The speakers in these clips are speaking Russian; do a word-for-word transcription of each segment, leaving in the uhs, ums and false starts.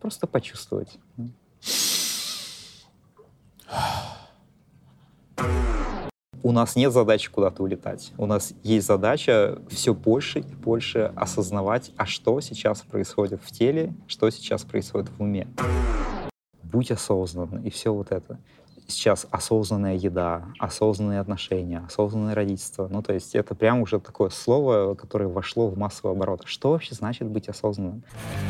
просто почувствовать. У нас нет задачи куда-то улетать. У нас есть задача все больше и больше осознавать, а что сейчас происходит в теле, что сейчас происходит в уме. Будь осознанным, и все вот это. Сейчас осознанная еда, осознанные отношения, осознанное родительство. Ну, то есть это прям уже такое слово, которое вошло в массовый оборот. Что вообще значит быть осознанным?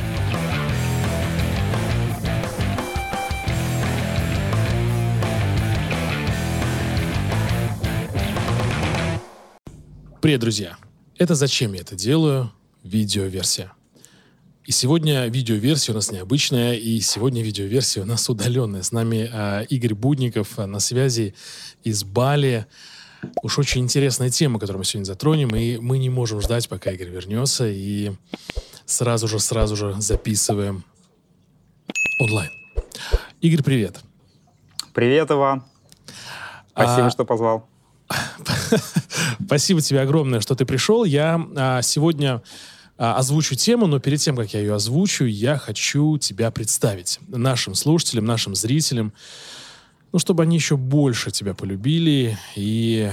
Привет, друзья! Это «Зачем я это делаю?» видеоверсия. И сегодня видеоверсия у нас необычная, и сегодня видеоверсия у нас удаленная. С нами э, Игорь Будников э, на связи из Бали. Уж очень интересная тема, которую мы сегодня затронем, и мы не можем ждать, пока Игорь вернется, и сразу же, сразу же записываем онлайн. Игорь, привет! Привет, Иван! Спасибо, а... что позвал. Спасибо тебе огромное, что ты пришел. Я а, сегодня а, озвучу тему, но перед тем, как я ее озвучу, я хочу тебя представить нашим слушателям, нашим зрителям, ну, чтобы они еще больше тебя полюбили и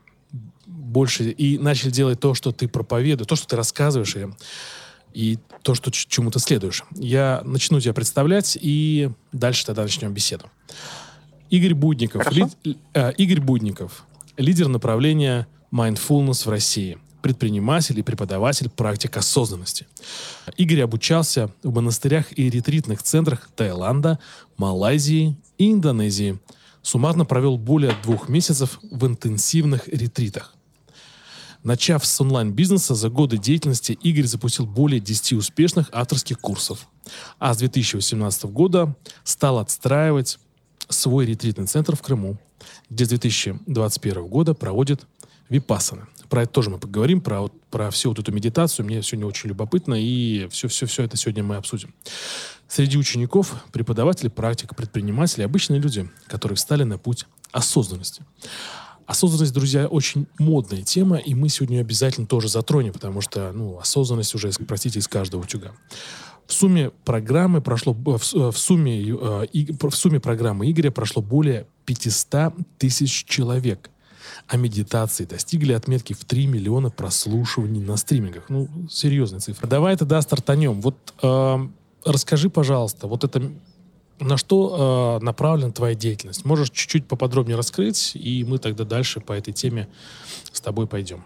больше и начали делать то, что ты проповедуешь, то, что ты рассказываешь им, и то, что, чему ты следуешь. Я начну тебя представлять, и дальше тогда начнем беседу. Игорь Будников. Ли, э, Игорь Будников. Лидер направления Mindfulness в России, предприниматель и преподаватель практик осознанности. Игорь обучался в монастырях и ретритных центрах Таиланда, Малайзии и Индонезии. Суммарно провел более двух месяцев в интенсивных ретритах. Начав с онлайн-бизнеса, за годы деятельности Игорь запустил более десяти успешных авторских курсов. А с две тысячи восемнадцатого года стал отстраивать свой ретритный центр в Крыму, где с две тысячи двадцать первого года проводит випассаны. Про это тоже мы поговорим, про, вот, про всю вот эту медитацию. Мне сегодня очень любопытно, и все-все-все это сегодня мы обсудим. Среди учеников, преподавателей, практиков, предпринимателей, обычные люди, которые встали на путь осознанности. Осознанность, друзья, очень модная тема, и мы сегодня ее обязательно тоже затронем, потому что ну, осознанность уже, простите, из каждого утюга. В сумме программы прошло в, в сумме э, и, в сумме программы Игоря прошло более пятьсот тысяч человек, а медитации достигли отметки в три миллиона прослушиваний на стримингах. Ну, серьезная цифра. Давай тогда стартанем. Вот э, расскажи, пожалуйста, вот это на что э, направлена твоя деятельность? Можешь чуть-чуть поподробнее раскрыть, и мы тогда дальше по этой теме с тобой пойдем.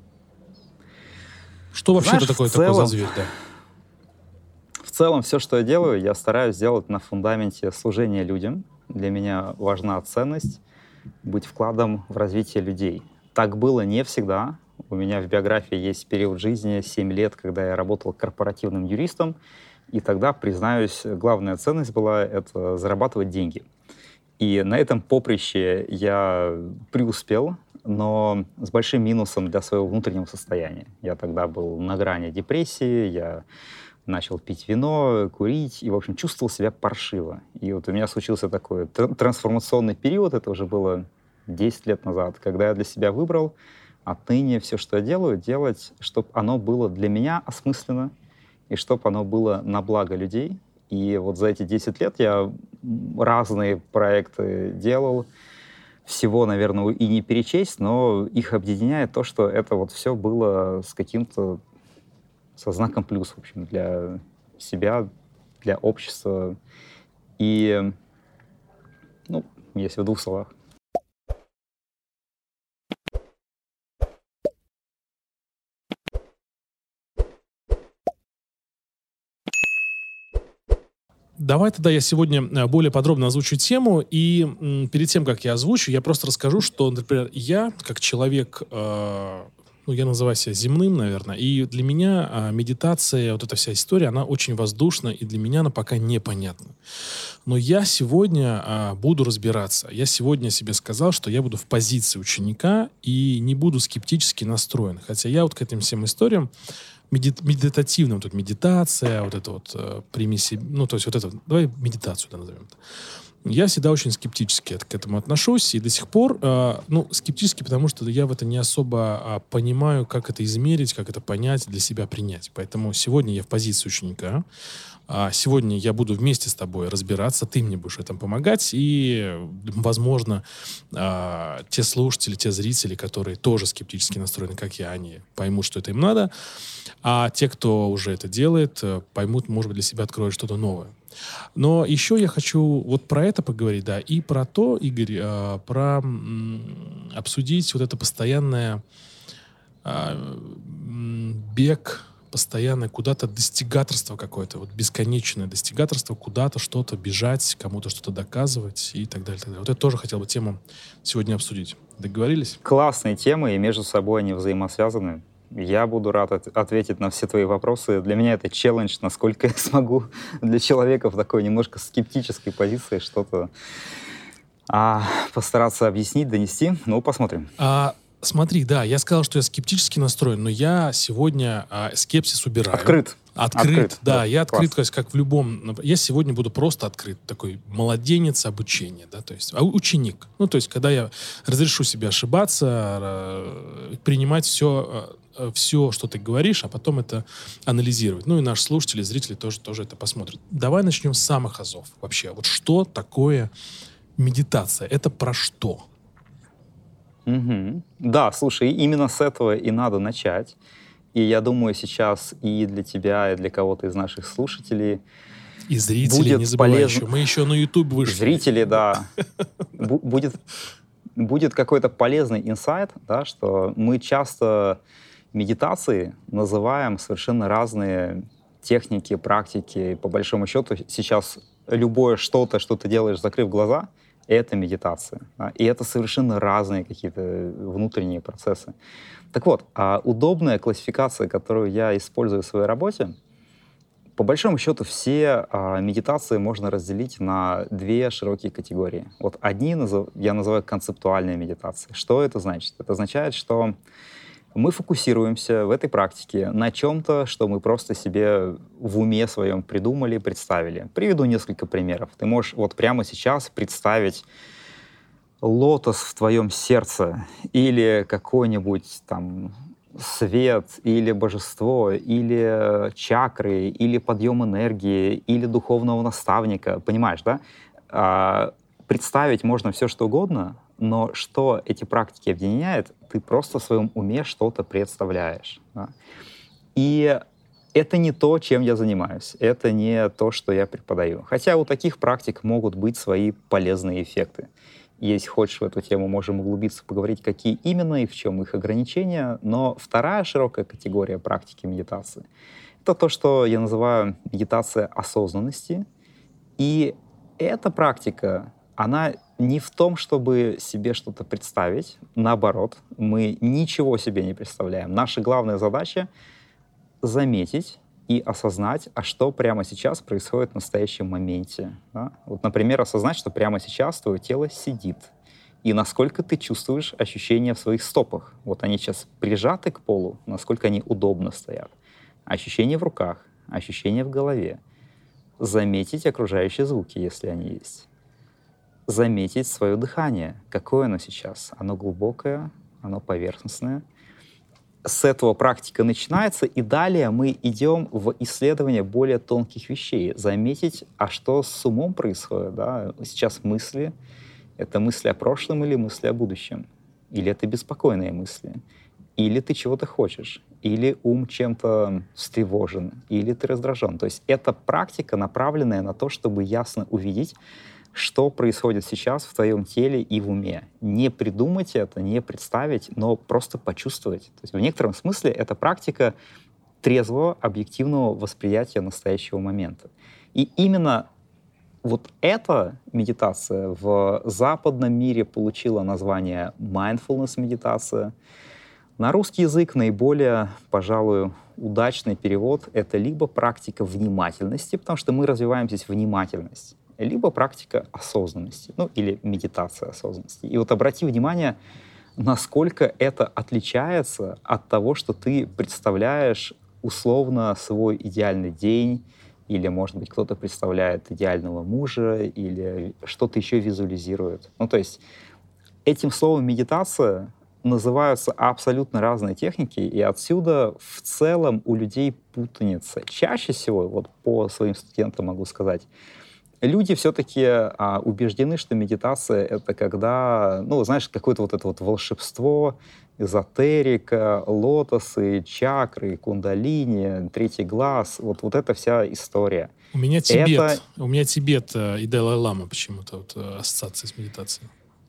Что вообще это такое, целом... такой за зверь, да? В целом, все, что я делаю, я стараюсь сделать на фундаменте служения людям. Для меня важна ценность, быть вкладом в развитие людей. Так было не всегда. У меня в биографии есть период жизни, семь лет, когда я работал корпоративным юристом, и тогда, признаюсь, главная ценность была — это зарабатывать деньги. И на этом поприще я преуспел, но с большим минусом для своего внутреннего состояния. Я тогда был на грани депрессии, я начал пить вино, курить, и, в общем, чувствовал себя паршиво. И вот у меня случился такой трансформационный период, это уже было десять лет назад, когда я для себя выбрал отныне все, что я делаю, делать, чтобы оно было для меня осмысленно, и чтобы оно было на благо людей. И вот за эти десять лет я разные проекты делал, всего, наверное, и не перечесть, но их объединяет то, что это вот все было с каким-то со знаком плюс, в общем, для себя, для общества. И, ну, если в двух словах. Давай тогда я сегодня более подробно озвучу тему, и м, перед тем, как я озвучу, я просто расскажу, что, например, я, как человек, э, ну, я называю себя земным, наверное, и для меня э, медитация, вот эта вся история, она очень воздушна, и для меня она пока непонятна. Но я сегодня э, буду разбираться. Я сегодня себе сказал, что я буду в позиции ученика и не буду скептически настроен. Хотя я вот к этим всем историям медит, медитативным. Тут медитация, вот это вот э, прими себе, ну, то есть вот это, давай медитацию да, назовем это. Я всегда очень скептически к этому отношусь, и до сих пор, э, ну, скептически, потому что я в это не особо э, понимаю, как это измерить, как это понять, для себя принять. Поэтому сегодня я в позиции ученика, а сегодня я буду вместе с тобой разбираться, ты мне будешь в этом помогать, и, возможно, э, те слушатели, те зрители, которые тоже скептически настроены, как я, они поймут, что это им надо, а те, кто уже это делает, поймут, может быть, для себя откроют что-то новое. Но еще я хочу вот про это поговорить, да, и про то, Игорь, э, про м, обсудить вот это постоянное э, бег, постоянное куда-то достигаторство какое-то, вот бесконечное достигаторство, куда-то что-то бежать, кому-то что-то доказывать и так далее, так далее. Вот это тоже хотел бы тему сегодня обсудить. Договорились? Классные темы, и между собой они взаимосвязаны. Я буду рад от- ответить на все твои вопросы. Для меня это челлендж, насколько я смогу для человека в такой немножко скептической позиции что-то а, постараться объяснить, донести. Ну, посмотрим. А, смотри, да, я сказал, что я скептически настроен, но я сегодня а, скепсис убираю. Открыт. Открыт, Открыт, да, да, я открыт, класс. то есть как в любом... нап- Я сегодня буду просто открыт, такой младенец обучения, да, то есть а, ученик. Ну, то есть когда я разрешу себе ошибаться, э, принимать все, э, все, что ты говоришь, а потом это анализировать. Ну, и наши слушатели, зрители тоже, тоже это посмотрят. Давай начнем с самых азов вообще. Вот что такое медитация? Это про что? Мгм. Да, слушай, именно с этого и надо начать. И я думаю, сейчас и для тебя, и для кого-то из наших слушателей И зрители, не будет забывай полезно... еще. Мы еще на YouTube вышли. Зрители, да. Бу- будет, будет какой-то полезный инсайт, да, что мы часто медитации называем совершенно разные техники, практики. И по большому счету сейчас любое что-то, что ты делаешь, закрыв глаза, это медитация. Да. И это совершенно разные какие-то внутренние процессы. Так вот, а удобная классификация, которую я использую в своей работе, по большому счету все а, медитации можно разделить на две широкие категории. Вот одни назов- я называю концептуальные медитации. Что это значит? Это означает, что мы фокусируемся в этой практике на чем-то, что мы просто себе в уме своем придумали, представили. Приведу несколько примеров. Ты можешь вот прямо сейчас представить лотос в твоем сердце или какой-нибудь там свет, или божество, или чакры, или подъем энергии, или духовного наставника. Понимаешь, да? А, представить можно все, что угодно, но что эти практики объединяет, ты просто в своем уме что-то представляешь. Да? И это не то, чем я занимаюсь. Это не то, что я преподаю. Хотя у таких практик могут быть свои полезные эффекты. Если хочешь в эту тему, можем углубиться, поговорить, какие именно и в чем их ограничения. Но вторая широкая категория практики медитации — это то, что я называю медитация осознанности. И эта практика, она не в том, чтобы себе что-то представить. Наоборот, мы ничего себе не представляем. Наша главная задача — заметить и осознать, а что прямо сейчас происходит в настоящем моменте. Да? Вот, например, осознать, что прямо сейчас твое тело сидит, и насколько ты чувствуешь ощущения в своих стопах. Вот они сейчас прижаты к полу, насколько они удобно стоят. Ощущения в руках, ощущения в голове. Заметить окружающие звуки, если они есть. Заметить свое дыхание, какое оно сейчас. Оно глубокое, оно поверхностное. С этого практика начинается, и далее мы идем в исследование более тонких вещей. Заметить, а что с умом происходит. Да? Сейчас мысли — это мысли о прошлом или мысли о будущем? Или это беспокойные мысли? Или ты чего-то хочешь? Или ум чем-то встревожен? Или ты раздражен? То есть это практика, направленная на то, чтобы ясно увидеть, что происходит сейчас в твоем теле и в уме. Не придумать это, не представить, но просто почувствовать. То есть в некотором смысле это практика трезвого, объективного восприятия настоящего момента. И именно вот эта медитация в западном мире получила название mindfulness медитация. На русский язык наиболее, пожалуй, удачный перевод — это либо практика внимательности, потому что мы развиваем здесь внимательность, либо практика осознанности, ну или медитация осознанности. И вот обрати внимание, насколько это отличается от того, что ты представляешь условно свой идеальный день, или, может быть, кто-то представляет идеального мужа, или что-то еще визуализирует. Ну, то есть этим словом медитация называются абсолютно разные техники, и отсюда в целом у людей путаница. Чаще всего, вот по своим студентам могу сказать, люди все-таки а, убеждены, что медитация — это когда, ну, знаешь, какое-то вот это вот волшебство, эзотерика, лотосы, чакры, кундалини, третий глаз, вот, вот эта вся история. У меня Тибет, это... у меня Тибет э, и Далай-лама почему-то, вот, э, ассоциации с медитацией.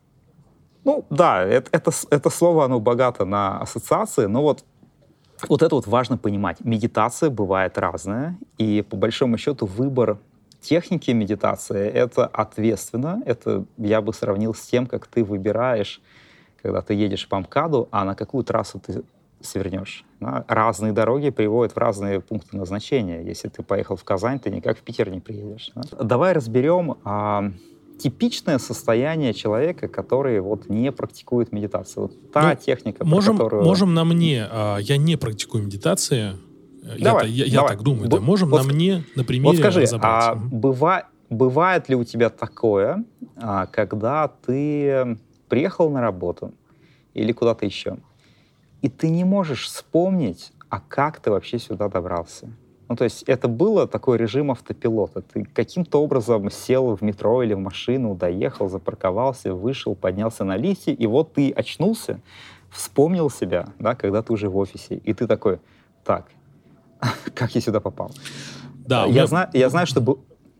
Ну, да, это, это, это слово, оно богато на ассоциации, но вот, вот это вот важно понимать. Медитация бывает разная, и по большому счету выбор техники медитации — это ответственно. Это я бы сравнил с тем, как ты выбираешь, когда ты едешь по МКАДу, а на какую трассу ты свернешь. Да? Разные дороги приводят в разные пункты назначения. Если ты поехал в Казань, ты никак в Питер не приедешь. Да? Давай разберем а, типичное состояние человека, который вот не практикует медитацию. Вот та ну, техника, можем, про которую... Можем на мне, а, я не практикую медитации, давай, я, я, давай. я так думаю, Б- да. Можем вот, на мне, на примере вот скажи, разобрать. А быва, бывает ли у тебя такое, а, когда ты приехал на работу или куда-то еще, и ты не можешь вспомнить, а как ты вообще сюда добрался? Ну, то есть это было такой режим автопилота. Ты каким-то образом сел в метро или в машину, доехал, запарковался, вышел, поднялся на лифте, и вот ты очнулся, вспомнил себя, да, когда ты уже в офисе, и ты такой, так, как я сюда попал? Да, я, меня... знаю, я, знаю, что,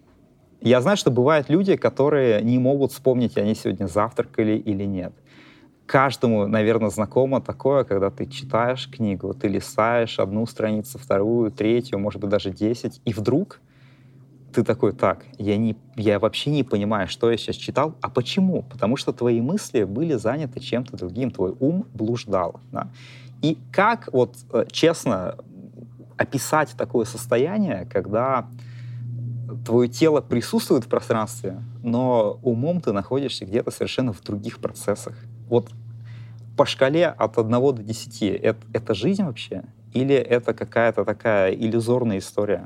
я знаю, что бывают люди, которые не могут вспомнить, они сегодня завтракали или нет. Каждому, наверное, знакомо такое, когда ты читаешь книгу, ты листаешь одну страницу, вторую, третью, может быть, даже десять, и вдруг ты такой, так, я, не, я вообще не понимаю, что я сейчас читал. А почему? Потому что твои мысли были заняты чем-то другим, твой ум блуждал. Да? И как, вот честно, описать такое состояние, когда твое тело присутствует в пространстве, но умом ты находишься где-то совершенно в других процессах? Вот по шкале от одного до десяти это, это жизнь вообще? Или это какая-то такая иллюзорная история?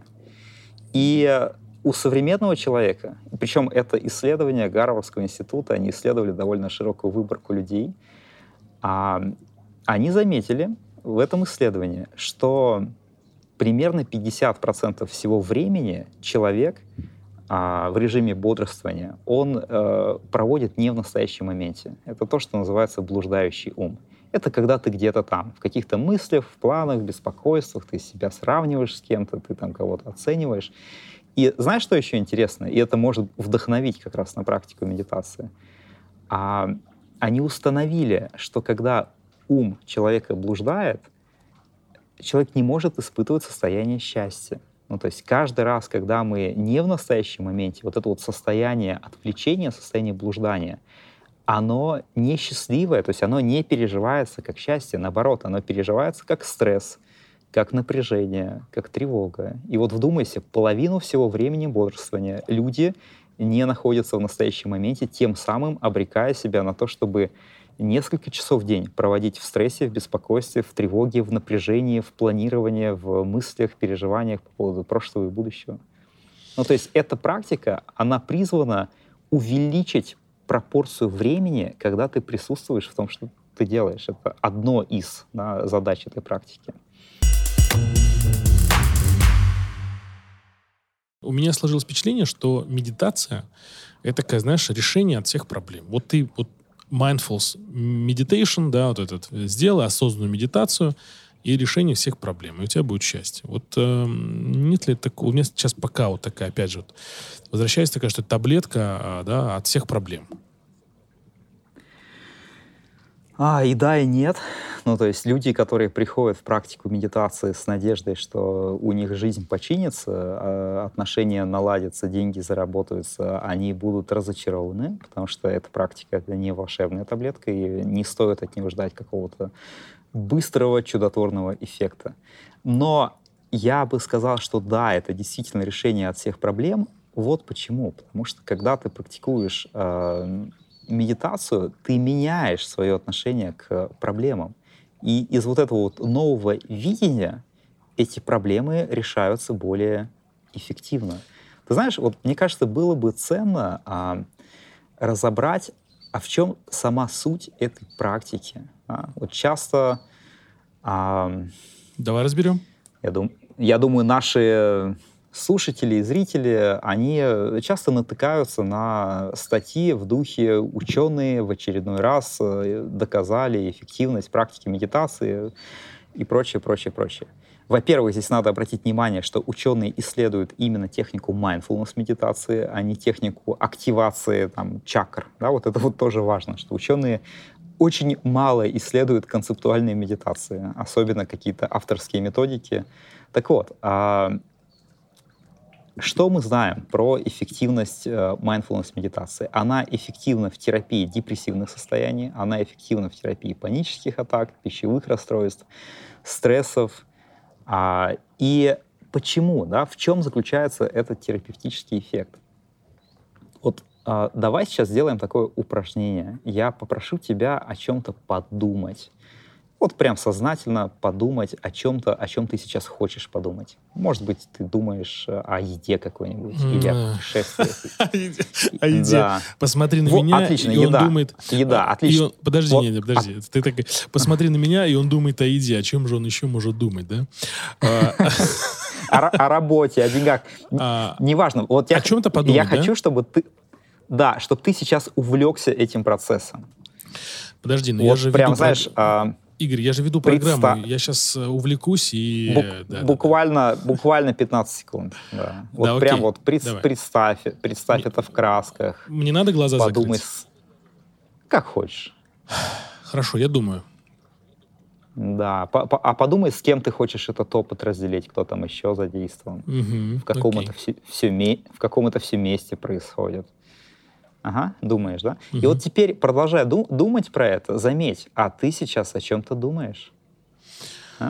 И у современного человека, причем это исследование Гарвардского института, они исследовали довольно широкую выборку людей, а, они заметили в этом исследовании, что примерно пятьдесят процентов всего времени человек а, в режиме бодрствования, он э, проводит не в настоящем моменте. Это то, что называется блуждающий ум. Это когда ты где-то там, в каких-то мыслях, в планах, беспокойствах, ты себя сравниваешь с кем-то, ты там кого-то оцениваешь. И знаешь, что еще интересно? И это может вдохновить как раз на практику медитации. А, они установили, что когда ум человека блуждает, человек не может испытывать состояние счастья. Ну, то есть каждый раз, когда мы не в настоящем моменте, вот это вот состояние отвлечения, состояние блуждания, оно не счастливое, то есть оно не переживается как счастье, наоборот, оно переживается как стресс, как напряжение, как тревога. И вот вдумайся, половину всего времени бодрствования люди не находятся в настоящем моменте, тем самым обрекая себя на то, чтобы несколько часов в день проводить в стрессе, в беспокойстве, в тревоге, в напряжении, в планировании, в мыслях, переживаниях по поводу прошлого и будущего. Ну, то есть эта практика, она призвана увеличить пропорцию времени, когда ты присутствуешь в том, что ты делаешь. Это одно из да, задач этой практики. У меня сложилось впечатление, что медитация — это такое, знаешь, решение от всех проблем. Вот ты вот mindfulness meditation, да, вот этот, сделай осознанную медитацию и решение всех проблем, и у тебя будет счастье. Вот э, нет ли такого? У меня сейчас пока вот такая, опять же, вот, возвращаясь такая, что это таблетка, э, да, от всех проблем. А, и да, и нет. Ну, то есть люди, которые приходят в практику медитации с надеждой, что у них жизнь починится, отношения наладятся, деньги заработаются, они будут разочарованы, потому что эта практика — это не волшебная таблетка, и не стоит от нее ждать какого-то быстрого, чудотворного эффекта. Но я бы сказал, что да, это действительно решение от всех проблем. Вот почему. Потому что когда ты практикуешь э, медитацию, ты меняешь свое отношение к проблемам. И из вот этого вот нового видения эти проблемы решаются более эффективно. Ты знаешь, вот мне кажется, было бы ценно а, разобрать, а в чем сама суть этой практики. А? Вот часто... А, Давай разберем. Я, дум, я думаю, наши слушатели и зрители, они часто натыкаются на статьи в духе «Ученые в очередной раз доказали эффективность практики медитации» и прочее, прочее, прочее. Во-первых, здесь надо обратить внимание, что ученые исследуют именно технику mindfulness медитации, а не технику активации там, чакр. Да, вот это вот тоже важно, что ученые очень мало исследуют концептуальные медитации, особенно какие-то авторские методики. Так вот, а, что мы знаем про эффективность mindfulness медитации? Она эффективна в терапии депрессивных состояний, она эффективна в терапии панических атак, пищевых расстройств, стрессов. А, и почему? Да, в чем заключается этот терапевтический эффект? Вот а, давай сейчас сделаем такое упражнение. Я попрошу тебя о чем-то подумать. Вот прям сознательно подумать о чем-то, о чем ты сейчас хочешь подумать. Может быть, ты думаешь о еде какой-нибудь или о путешествиях. О еде. Посмотри на меня, и он думает... Еда, отлично. Подожди, нет, подожди. Ты так... Посмотри на меня, и он думает о еде. О чем же он еще может думать, да? О работе, о деньгах. Неважно. Вот о чем-то подумать, я хочу, чтобы ты... Да, чтобы ты сейчас увлекся этим процессом. Подожди, но я же прям, знаешь... Игорь, я же веду программу, Предста... я сейчас увлекусь и... Бук... Да, буквально, да. буквально пятнадцать секунд. Да. Вот да, прям окей. вот пред... представь, представь Мне... это в красках. Мне надо глаза Подумай закрыть? С... Как хочешь. Хорошо, я думаю. Да, а подумай, с кем ты хочешь этот опыт разделить, кто там еще задействован, угу, в каком это все, все, в каком это все месте происходит. Ага, думаешь, да? Угу. И вот теперь, продолжая дум- думать про это, заметь, а ты сейчас о чем-то думаешь? А?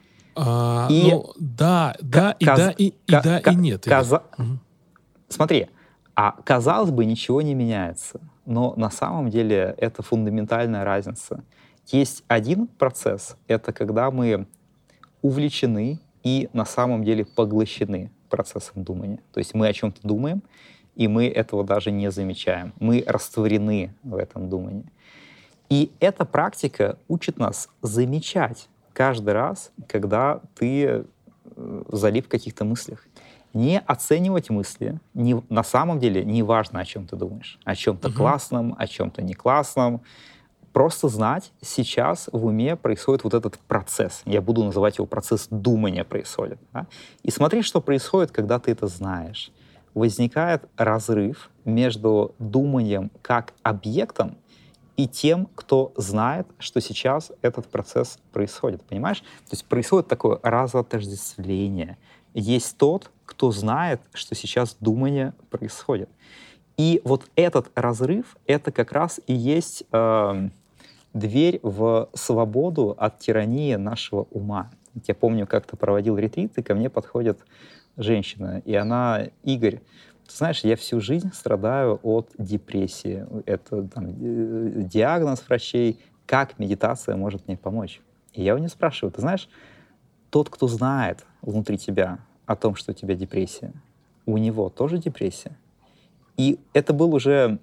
А, и ну, да, да, и да, и, и да, и нет. Каза... Угу. Смотри, а казалось бы, ничего не меняется, но на самом деле это фундаментальная разница. Есть один процесс, это когда мы увлечены и на самом деле поглощены процессом думания. То есть мы о чем-то думаем, и мы этого даже не замечаем. Мы растворены в этом думании. И эта практика учит нас замечать каждый раз, когда ты залип в каких-то мыслях. Не оценивать мысли. Не, на самом деле не важно, о чем ты думаешь. О чем-то uh-huh. классном, о чем-то не классном. Просто знать, сейчас в уме происходит вот этот процесс. Я буду называть его процесс думания происходит. Да? И смотри, что происходит, когда ты это знаешь. Возникает разрыв между думанием как объектом и тем, кто знает, что сейчас этот процесс происходит. Понимаешь? То есть происходит такое разотождествление. Есть тот, кто знает, что сейчас думание происходит. И вот этот разрыв, это как раз и есть э, дверь в свободу от тирании нашего ума. Я помню, как-то проводил ретрит, и ко мне подходит женщина, и она: Игорь, ты знаешь, я всю жизнь страдаю от депрессии. Это там, диагноз врачей. Как медитация может мне помочь? И я у нее спрашиваю: ты знаешь, тот, кто знает внутри тебя о том, что у тебя депрессия, у него тоже депрессия? И это был уже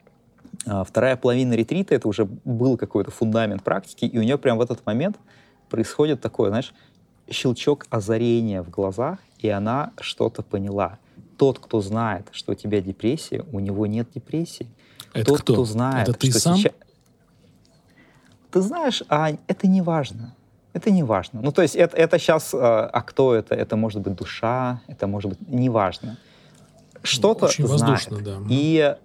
а, вторая половина ретрита, это уже был какой-то фундамент практики, и у нее прямо в этот момент происходит такое, знаешь, щелчок озарения в глазах, и она что-то поняла. Тот, кто знает, что у тебя депрессия, у него нет депрессии. Это Тот, кто? кто знает, это ты что сам? Сейчас... Ты знаешь, а это не важно. Это не важно. Ну, то есть это, это сейчас... А, а кто это? Это может быть душа, это может быть... Неважно. Что-то Очень знает. воздушно, да. И,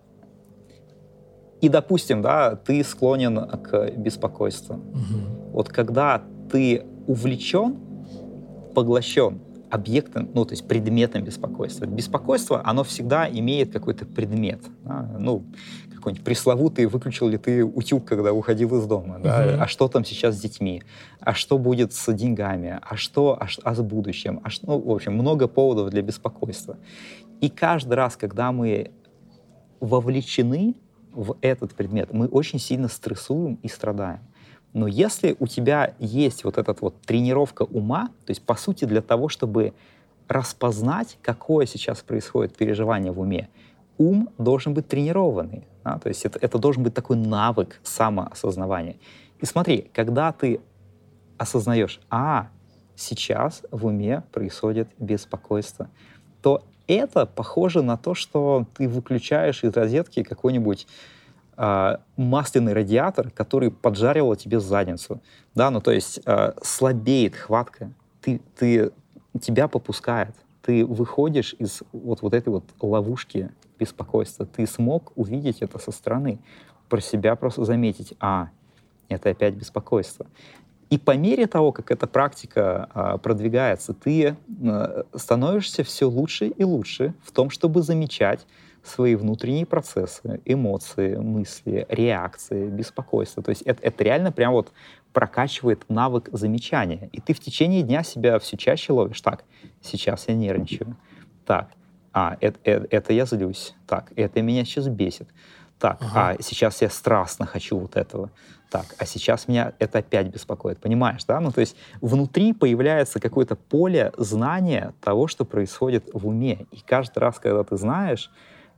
и, допустим, да, ты склонен к беспокойству. Угу. Вот когда ты увлечен, поглощен объектом, ну, то есть предметом беспокойства. Беспокойство, оно всегда имеет какой-то предмет. Да? Ну, какой-нибудь пресловутый, выключил ли ты утюг, когда уходил из дома, да? Uh-huh. А что там сейчас с детьми, а что будет с деньгами, а что, а, а с будущим, а что, ну, в общем, много поводов для беспокойства. И каждый раз, когда мы вовлечены в этот предмет, мы очень сильно стрессуем и страдаем. Но если у тебя есть вот эта вот тренировка ума, то есть, по сути, для того, чтобы распознать, какое сейчас происходит переживание в уме, ум должен быть тренированный. Да? То есть это, это должен быть такой навык самоосознавания. И смотри, когда ты осознаешь, а, сейчас в уме происходит беспокойство, то это похоже на то, что ты выключаешь из розетки какой-нибудь э, масляный радиатор, который поджаривал тебе задницу. Да, ну то есть э, слабеет хватка, ты, ты, тебя попускает, ты выходишь из вот, вот этой вот ловушки беспокойства, ты смог увидеть это со стороны, про себя просто заметить, а, это опять беспокойство. И по мере того, как эта практика а, продвигается, ты а, становишься все лучше и лучше в том, чтобы замечать свои внутренние процессы, эмоции, мысли, реакции, беспокойство. То есть это, это реально прям вот прокачивает навык замечания. И ты в течение дня себя все чаще ловишь. Так, сейчас я нервничаю. Так, а, это, это, это я злюсь. Так, это меня сейчас бесит. Так, ага. а сейчас я страстно хочу вот этого. Так, а сейчас меня это опять беспокоит. Понимаешь, да? Ну, то есть внутри появляется какое-то поле знания того, что происходит в уме. И каждый раз, когда ты знаешь,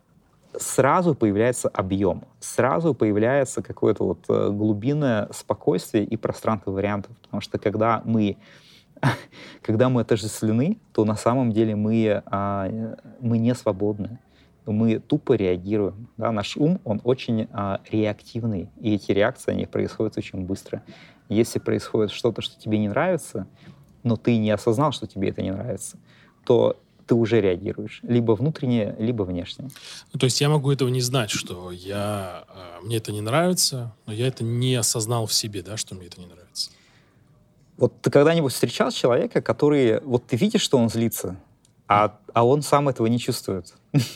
сразу появляется объем, сразу появляется какое-то вот глубинное спокойствие и пространство вариантов. Потому что когда мы, когда мы отождествлены, то на самом деле мы, мы не свободны. Мы тупо реагируем. Да? Наш ум, он очень а, реактивный, и эти реакции, они происходят очень быстро. Если происходит что-то, что тебе не нравится, но ты не осознал, что тебе это не нравится, то ты уже реагируешь. Либо внутренне, либо внешне. Ну, то есть я могу этого не знать, что я, э, мне это не нравится, но я это не осознал в себе, да, что мне это не нравится. Вот ты когда-нибудь встречал человека, который... Вот ты видишь, что он злится, а, а он сам этого не чувствует?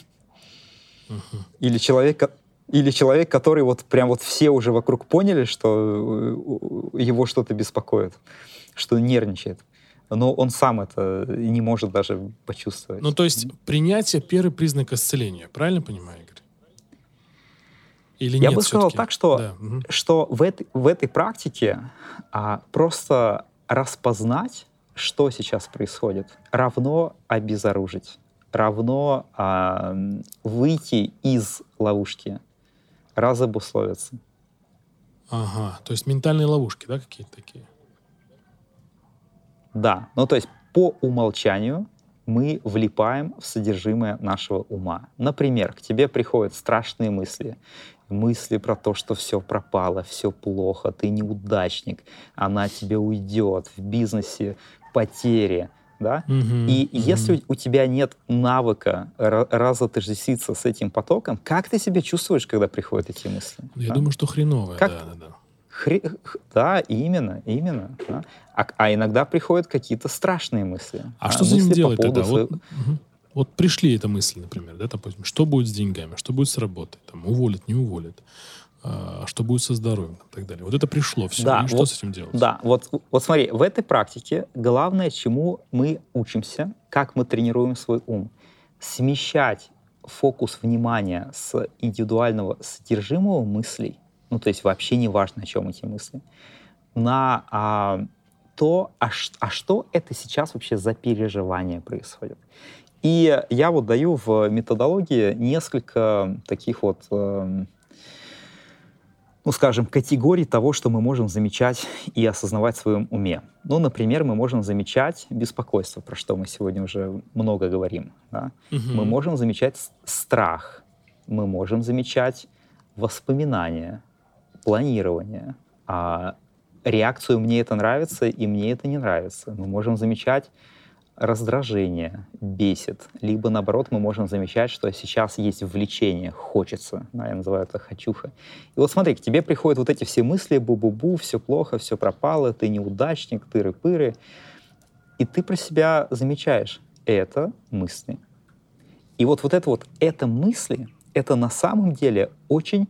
Uh-huh. Или человек, или человек, который вот прям вот все уже вокруг поняли, что его что-то беспокоит, что нервничает, но он сам это не может даже почувствовать. Ну, то есть принятие — первый признак исцеления, правильно понимаю, Игорь? Или Я нет бы сказал все-таки? так, что, да. uh-huh. что в, этой, в этой практике а, просто распознать, что сейчас происходит, равно обезоружить. Равно а, выйти из ловушки, разобусловиться. Ага, то есть ментальные ловушки, да, какие-то такие? Да, ну то есть по умолчанию мы влипаем в содержимое нашего ума. Например, к тебе приходят страшные мысли, мысли про то, что все пропало, все плохо, ты неудачник, она от тебя уйдет, в бизнесе потери, да? Mm-hmm, и mm-hmm. если у тебя нет навыка разотождествиться с этим потоком, как ты себя чувствуешь, когда приходят эти мысли? Я а? думаю, что хреновое, как... да, да, да. Хри... Да, именно, именно. Да? А, а иногда приходят какие-то страшные мысли. А, а что с ним делать тогда? своего... Вот, угу. вот пришли эти мысли, например, да, допустим, что будет с деньгами, что будет с работой, там, уволят, не уволят, а, что будет со здоровьем и так далее. Вот это пришло все, да, и вот, что с этим делать? Да, вот, вот смотри, в этой практике главное, чему мы учимся, как мы тренируем свой ум, смещать фокус внимания с индивидуального содержимого мыслей, ну, то есть вообще не важно, о чем эти мысли, на а, то, а, а что это сейчас вообще за переживание происходит. И я вот даю в методологии несколько таких вот, э, ну, скажем, категорий того, что мы можем замечать и осознавать в своем уме. Ну, например, мы можем замечать беспокойство, про что мы сегодня уже много говорим. Да? Угу. Мы можем замечать страх, мы можем замечать воспоминания, планирование, а, реакцию «мне это нравится» и «мне это не нравится». Мы можем замечать раздражение, бесит, либо, наоборот, мы можем замечать, что сейчас есть влечение, хочется, да, я называю это «хочуха». И вот смотри, к тебе приходят вот эти все мысли, бу-бу-бу, все плохо, все пропало, ты неудачник, тыры-пыры, и ты про себя замечаешь, это мысли. И вот, вот это вот «это мысли», это на самом деле очень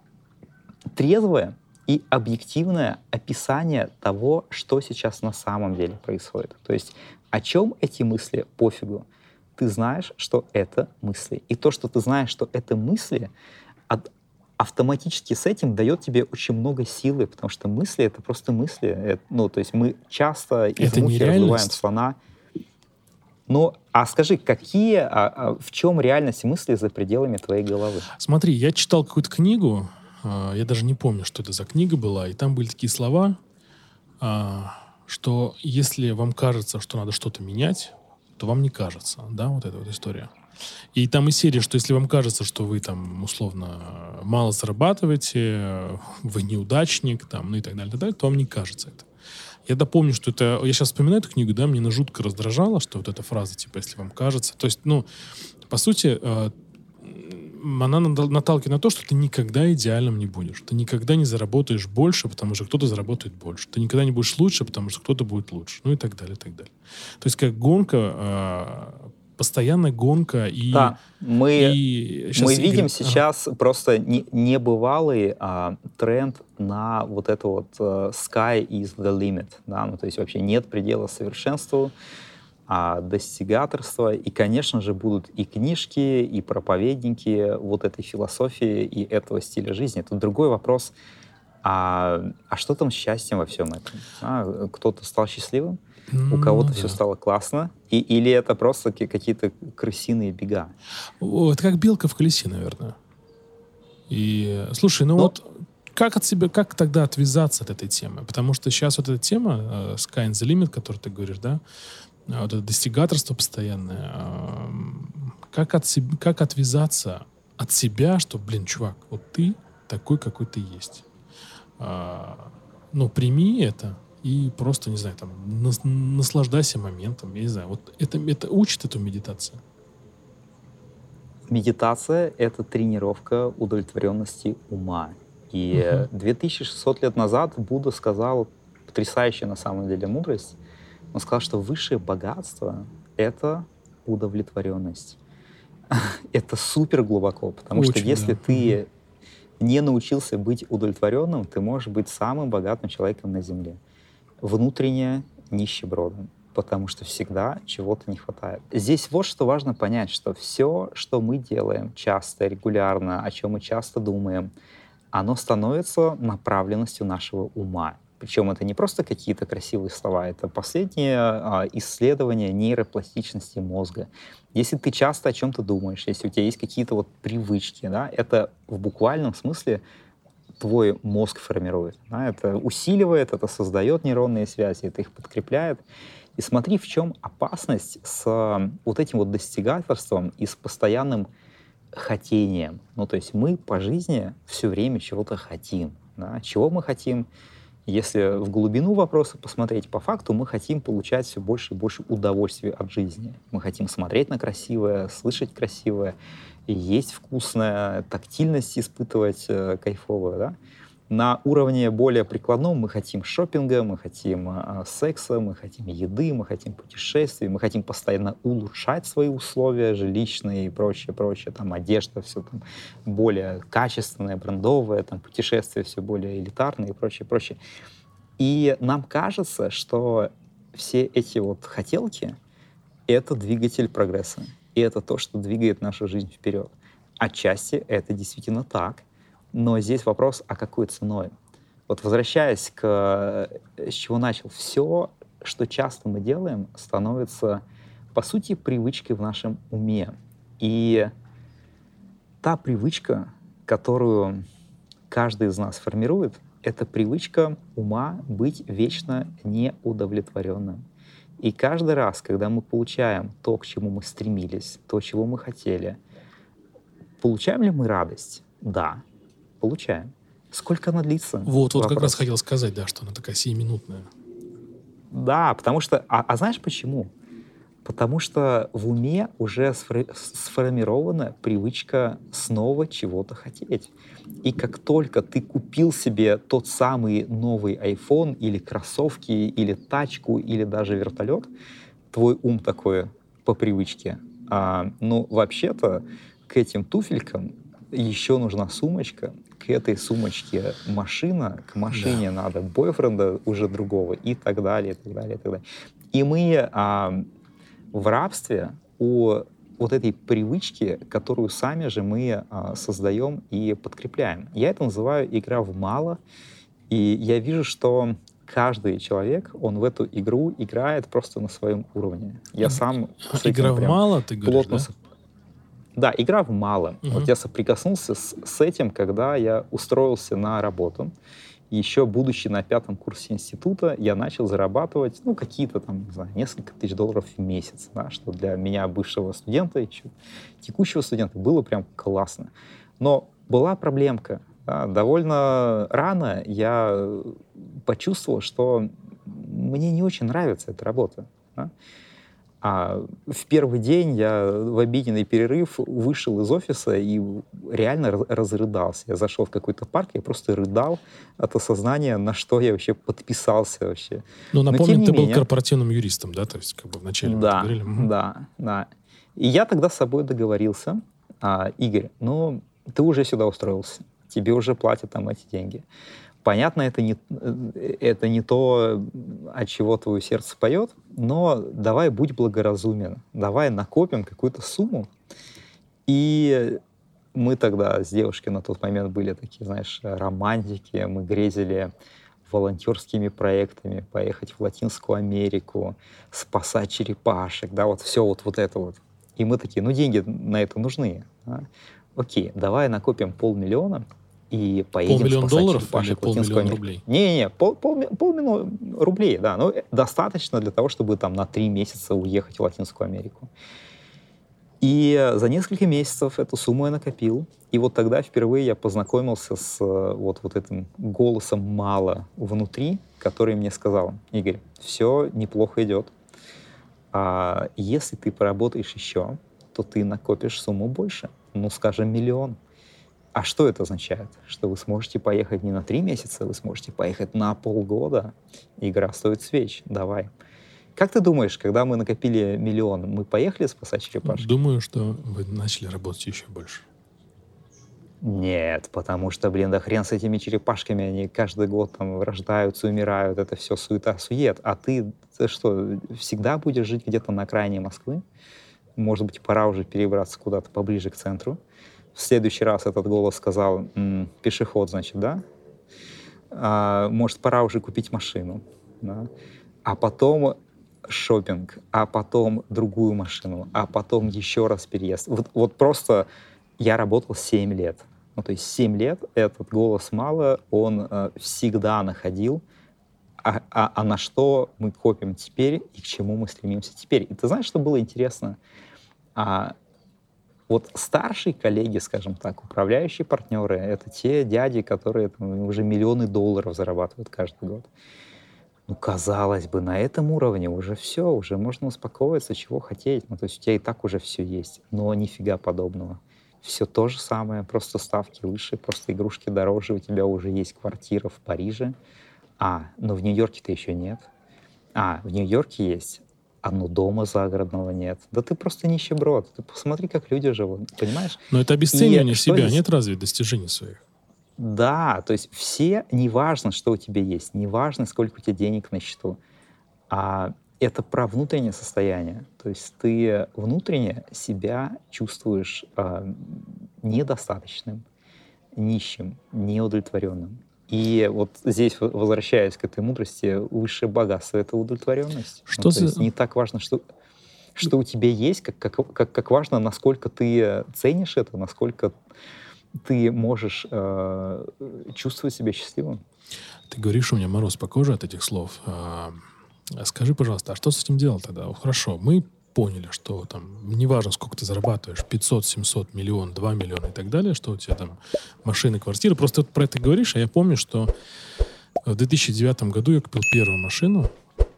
трезвое и объективное описание того, что сейчас на самом деле происходит. То есть о чем эти мысли, пофигу. Ты знаешь, что это мысли. И то, что ты знаешь, что это мысли, от, автоматически с этим дает тебе очень много силы, потому что мысли — это просто мысли. Это, ну, то есть мы часто из Это мухи раздуваем слона. Ну, а скажи, какие, а, а, в чем реальность мысли за пределами твоей головы? Смотри, я читал какую-то книгу, а, я даже не помню, что это за книга была, и там были такие слова, а, что если вам кажется, что надо что-то менять, то вам не кажется, да, вот эта вот история. И там из серии, что если вам кажется, что вы там условно мало зарабатываете, вы неудачник, там, ну и так далее, так далее, то вам не кажется это. Я допомню, что это... Я сейчас вспоминаю эту книгу, да, мне она жутко раздражала, что вот эта фраза, типа, если вам кажется... То есть, ну, по сути, э, она наталкивает на то, что ты никогда идеальным не будешь. Ты никогда не заработаешь больше, потому что кто-то заработает больше. Ты никогда не будешь лучше, потому что кто-то будет лучше. Ну и так далее, и так далее. То есть как гонка, э, постоянная гонка и... Да, мы, и мы Игорь... видим ага. сейчас просто не, небывалый а, тренд на вот это вот uh, sky is the limit. Да? Ну, то есть вообще нет предела совершенству, а достигаторства. И, конечно же, будут и книжки, и проповедники вот этой философии и этого стиля жизни. Тут другой вопрос. А, а что там с счастьем во всем этом? А, кто-то стал счастливым? У кого-то Ну, все да. стало классно? И, или это просто какие-то крысиные бега? О, это как белка в колесе, наверное. И, слушай, ну Но... вот как от себя, как тогда отвязаться от этой темы? Потому что сейчас вот эта тема, э, sky and the limit, которую ты говоришь, да, э, вот это достигаторство постоянное, э, как, от себя, как отвязаться от себя, что, блин, чувак, вот ты такой, какой ты есть. Э, ну, прими это и просто, не знаю, там, нас, наслаждайся моментом, я не знаю. Вот это, это учит эту медитацию? Медитация — это тренировка удовлетворенности ума. И Мгм. две тысячи шестьсот лет назад Будда сказал потрясающую на самом деле мудрость. Он сказал, что высшее богатство — это удовлетворенность. Это супер глубоко, потому что Очень, если да. Мгм. ты не научился быть удовлетворенным, ты можешь быть самым богатым человеком на Земле. Внутренне нищебродом, потому что всегда чего-то не хватает. Здесь вот что важно понять, что все, что мы делаем часто, регулярно, о чем мы часто думаем, оно становится направленностью нашего ума. Причем это не просто какие-то красивые слова, это последнее а, исследование нейропластичности мозга. Если ты часто о чем-то думаешь, если у тебя есть какие-то вот привычки, да, это в буквальном смысле твой мозг формирует. Да, это усиливает, это создает нейронные связи, это их подкрепляет. И смотри, в чем опасность с вот этим вот достигаторством и с постоянным хотением. Ну, то есть мы по жизни все время чего-то хотим. Да? Чего мы хотим? Если в глубину вопроса посмотреть, по факту мы хотим получать все больше и больше удовольствия от жизни. Мы хотим смотреть на красивое, слышать красивое, есть вкусное, тактильность испытывать э, кайфовую. Да? На уровне более прикладном мы хотим шопинга, мы хотим э, секса, мы хотим еды, мы хотим путешествий, мы хотим постоянно улучшать свои условия жилищные и прочее, прочее, там одежда все там более качественная, брендовая, там путешествия все более элитарные и прочее, прочее. И нам кажется, что все эти вот хотелки — это двигатель прогресса, и это то, что двигает нашу жизнь вперед. Отчасти это действительно так, но здесь вопрос, а какой ценой? Вот возвращаясь к с чего начал, все, что часто мы делаем, становится, по сути, привычкой в нашем уме. И та привычка, которую каждый из нас формирует, это привычка ума быть вечно неудовлетворенным. И каждый раз, когда мы получаем то, к чему мы стремились, то, чего мы хотели, получаем ли мы радость? Да, получаем. Сколько она длится? Вот, вот как раз Вопрос. хотел сказать, да, что она такая сиюминутная. Да, потому что... А, а знаешь почему? Потому что в уме уже сфор- сформирована привычка снова чего-то хотеть. И как только ты купил себе тот самый новый iPhone или кроссовки, или тачку, или даже вертолет, твой ум такой по привычке. А, ну, вообще-то, к этим туфелькам еще нужна сумочка, к этой сумочке машина, к машине Да. надо бойфренда уже другого и так далее, и так далее, и так далее. И мы а, в рабстве у вот этой привычки, которую сами же мы а, создаем и подкрепляем. Я это называю игра в мало, и я вижу, что каждый человек, он в эту игру играет просто на своем уровне. Я И- сам с этим Игра в прям мало, ты говоришь, плотно... да? соп- Да, игра в мало. Мгм. Вот я соприкоснулся с, с этим, когда я устроился на работу. Еще будучи на пятом курсе института, я начал зарабатывать, ну, какие-то там, не знаю, несколько тысяч долларов в месяц, да, что для меня, бывшего студента, еще текущего студента, было прям классно. Но была проблемка. Да, довольно рано я почувствовал, что мне не очень нравится эта работа. Да. А в первый день я в обеденный перерыв вышел из офиса и реально раз- разрыдался. Я зашел в какой-то парк, я просто рыдал от осознания, на что я вообще подписался вообще. Ну, Но напомню, тем не ты был менее, корпоративным юристом, да? То есть, как бы вначале мы это да, говорили. Мгм. да, да. И я тогда с собой договорился: «А, Игорь, ну, ты уже сюда устроился, тебе уже платят там эти деньги. Понятно, это не, э, это не то, от чего твое сердце поет, но давай будь благоразумен, давай накопим какую-то сумму». И мы тогда с девушкой на тот момент были такие, знаешь, романтики, мы грезили волонтерскими проектами, поехать в Латинскую Америку, спасать черепашек, да, вот все вот, вот это вот. И мы такие, ну, деньги на это нужны. Да? Окей, давай накопим полмиллиона и поедем Полмиллиона спасать долларов или черепашек в Латинскую полмиллиона Америку. рублей? Не-не-не, пол, полми- полмиллиона рублей, да, ну, э, достаточно для того, чтобы там на три месяца уехать в Латинскую Америку. И за несколько месяцев эту сумму я накопил. И вот тогда впервые я познакомился с э, вот, вот этим голосом «мало» внутри, который мне сказал: Игорь, все неплохо идет. А если ты поработаешь еще, то ты накопишь сумму больше, ну, скажем, миллион. А что это означает? Что вы сможете поехать не на три месяца, вы сможете поехать на полгода. Игра стоит свеч, давай. Как ты думаешь, когда мы накопили миллион, мы поехали спасать черепашек? Думаю, что вы начали работать еще больше. Нет, потому что, блин, да хрен с этими черепашками, они каждый год там рождаются, умирают, это все суета-сует. А ты, ты что, всегда будешь жить где-то на окраине Москвы? Может быть, пора уже перебраться куда-то поближе к центру. В следующий раз этот голос сказал: «М, пешеход, значит, да? А, может, пора уже купить машину, да? А потом шопинг, а потом другую машину, а потом еще раз переезд». Вот, вот просто я работал семь лет. Ну, то есть семь лет этот голос «мало», он э, всегда находил, а, а, а на что мы копим теперь и к чему мы стремимся теперь. И ты знаешь, что было интересно? А, вот старшие коллеги, скажем так, управляющие партнеры, это те дяди, которые там, уже миллионы долларов зарабатывают каждый год. Ну, казалось бы, на этом уровне уже все, уже можно успокоиться, чего хотеть. Ну, то есть у тебя и так уже все есть, но нифига подобного. Все то же самое, просто ставки выше, просто игрушки дороже, у тебя уже есть квартира в Париже. А, но в Нью-Йорке-то еще нет. А, в Нью-Йорке есть, а ну дома загородного нет. Да ты просто нищеброд. Ты посмотри, как люди живут, понимаешь? Но это И обесценивание что себя, здесь? нет разве достижений своих? Да, то есть все, неважно, что у тебя есть, неважно, сколько у тебя денег на счету, а это про внутреннее состояние. То есть ты внутренне себя чувствуешь а, недостаточным, нищим, неудовлетворенным. И вот здесь, в- возвращаясь к этой мудрости, высшее богатство — это удовлетворенность. Ну, Что то есть за... не так важно, что, что у тебя есть, как, как, как, как важно, насколько ты ценишь это, насколько ты можешь э, чувствовать себя счастливым. Ты говоришь, у меня мороз по коже от этих слов. А, скажи, пожалуйста, а что с этим делать тогда? Хорошо, мы поняли, что там, неважно, сколько ты зарабатываешь, пятьсот, семьсот, миллион, два миллиона и так далее, что у тебя там машины, квартиры. Просто вот про это говоришь, а я помню, что в две тысячи девятом году я купил первую машину,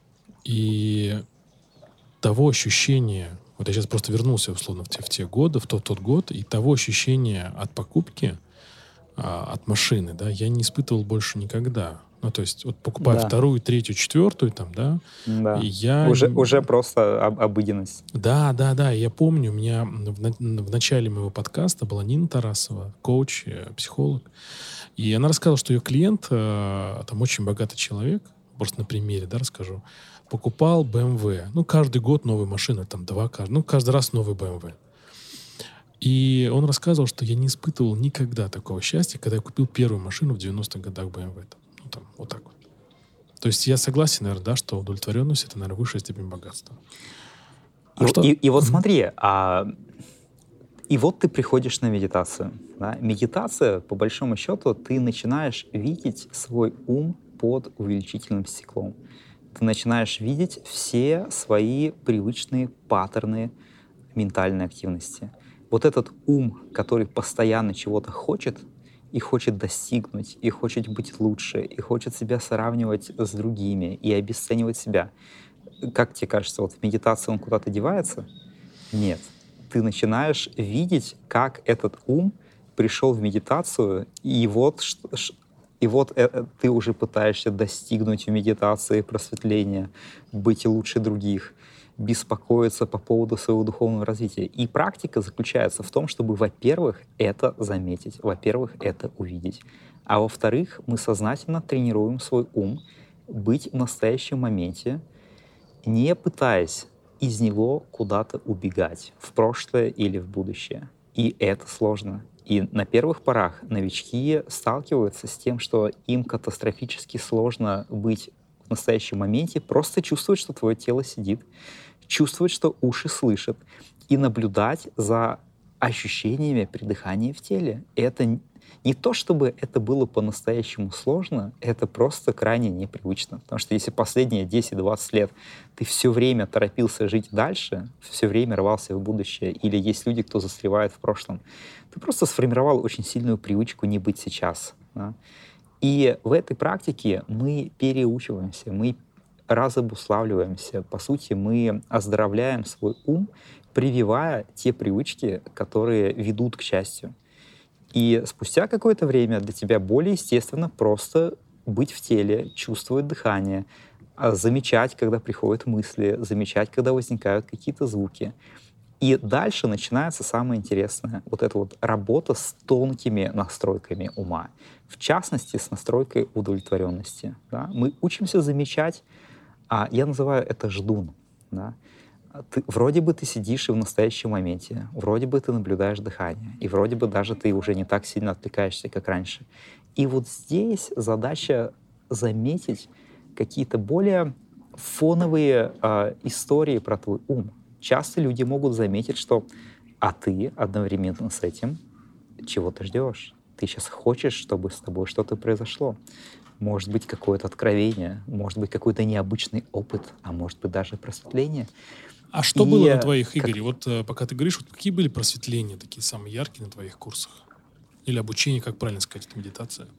и того ощущения, вот я сейчас просто вернулся, условно, в те, в те годы, в тот, тот год, и того ощущения от покупки, а, от машины, да, я не испытывал больше никогда. Ну, то есть, вот покупая Да, вторую, третью, четвертую, там, да, и да. я... Уже, н- уже просто об- обыденность. Да, да, да, я помню, у меня в, на- в начале моего подкаста была Нина Тарасова, коуч, э, психолог, и она рассказала, что ее клиент, э, там, очень богатый человек, просто на примере, да, расскажу, покупал бэ эм вэ, ну, каждый год новую машину, там, два, каждый, ну, каждый раз новый бэ эм вэ. И он рассказывал, что я не испытывал никогда такого счастья, когда я купил первую машину в девяностых годах бэ эм вэ. Ну, там, вот так вот. То есть я согласен, наверное, да, что удовлетворенность — это, наверное, высшая степень богатства. И, А что? и, и вот Мгм. смотри, а, и вот ты приходишь на медитацию. Да? Медитация, по большому счету, ты начинаешь видеть свой ум под увеличительным стеклом. Ты начинаешь видеть все свои привычные паттерны ментальной активности. Вот этот ум, который постоянно чего-то хочет, и хочет достигнуть, и хочет быть лучше, и хочет себя сравнивать с другими, и обесценивать себя. Как тебе кажется, вот в медитации он куда-то девается? Нет. Ты начинаешь видеть, как этот ум пришел в медитацию, и вот, ш- ш- и вот э- э, ты уже пытаешься достигнуть в медитации просветления, быть лучше других, беспокоиться по поводу своего духовного развития. И практика заключается в том, чтобы, во-первых, это заметить, во-первых, это увидеть, а во-вторых, мы сознательно тренируем свой ум быть в настоящем моменте, не пытаясь из него куда-то убегать, в прошлое или в будущее. И это сложно. И на первых порах новички сталкиваются с тем, что им катастрофически сложно быть в настоящем моменте, просто чувствовать, что твое тело сидит, чувствовать, что уши слышат, и наблюдать за ощущениями при дыхании в теле. Это н- не то, чтобы это было по-настоящему сложно, это просто крайне непривычно. Потому что если последние десять-двадцать лет ты все время торопился жить дальше, все время рвался в будущее, или есть люди, кто застревает в прошлом, ты просто сформировал очень сильную привычку не быть сейчас. Да? И в этой практике мы переучиваемся, мы разобуславливаемся. По сути, мы оздоровляем свой ум, прививая те привычки, которые ведут к счастью. И спустя какое-то время для тебя более естественно просто быть в теле, чувствовать дыхание, а, замечать, когда приходят мысли, замечать, когда возникают какие-то звуки. И дальше начинается самое интересное. Вот эта вот работа с тонкими настройками ума. В частности, с настройкой удовлетворенности. Да? Мы учимся замечать, а я называю это ждун. Да? А Ты, вроде бы ты сидишь и в настоящем моменте, вроде бы ты наблюдаешь дыхание, и вроде бы даже ты уже не так сильно отвлекаешься, как раньше. И вот здесь задача заметить какие-то более фоновые а, истории про твой ум. Часто люди могут заметить, что а ты одновременно с этим чего-то ждешь. Ты сейчас хочешь, чтобы с тобой что-то произошло. Может быть, какое-то откровение, может быть, какой-то необычный опыт, а может быть, даже просветление. А что было И на э, твоих, как Игорь? Вот э, пока ты говоришь, вот какие были просветления такие самые яркие на твоих курсах? Или обучение, как правильно сказать, это медитация?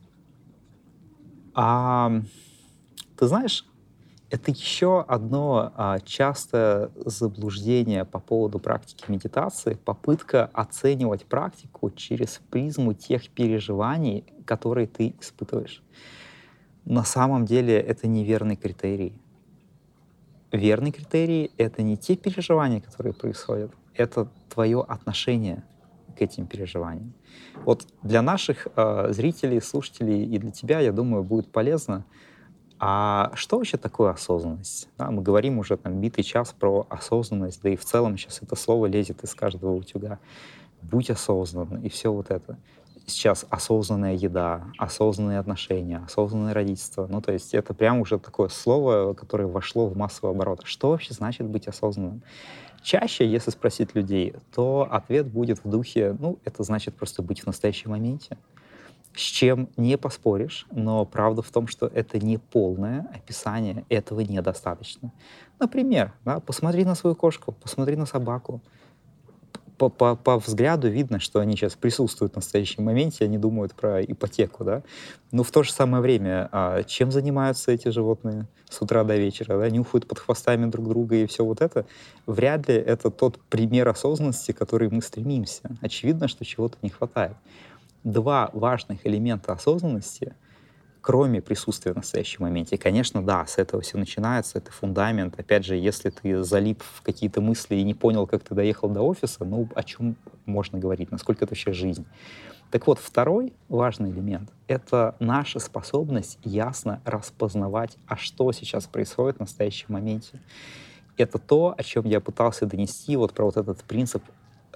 а, ты знаешь, это еще одно а, частое заблуждение по поводу практики медитации, попытка оценивать практику через призму тех переживаний, которые ты испытываешь. На самом деле это неверный критерий. Верный критерий — это не те переживания, которые происходят, это твое отношение к этим переживаниям. Вот для наших э, зрителей, слушателей и для тебя, я думаю, будет полезно. А что вообще такое осознанность? Да, мы говорим уже там битый час про осознанность, да и в целом сейчас это слово лезет из каждого утюга. Будь осознанным, и все вот это. Сейчас осознанная еда, осознанные отношения, осознанное родительство. Ну, то есть это прям уже такое слово, которое вошло в массовый оборот. Что вообще значит быть осознанным? Чаще, если спросить людей, то ответ будет в духе, ну, это значит просто быть в настоящем моменте. С чем не поспоришь, но правда в том, что это не полное описание, этого недостаточно. Например, да, посмотри на свою кошку, посмотри на собаку, по, по, по взгляду видно, что они сейчас присутствуют в настоящем моменте, они думают про ипотеку, да. Но в то же самое время, а, чем занимаются эти животные с утра до вечера, да, нюхают под хвостами друг друга и все вот это, вряд ли это тот пример осознанности, к который мы стремимся. Очевидно, что чего-то не хватает. Два важных элемента осознанности, кроме присутствия в настоящем моменте. И, конечно, да, с этого все начинается, это фундамент. Опять же, если ты залип в какие-то мысли и не понял, как ты доехал до офиса, ну, о чем можно говорить, насколько это вообще жизнь. Так вот, второй важный элемент — это наша способность ясно распознавать, а что сейчас происходит в настоящем моменте. Это то, о чем я пытался донести, вот про вот этот принцип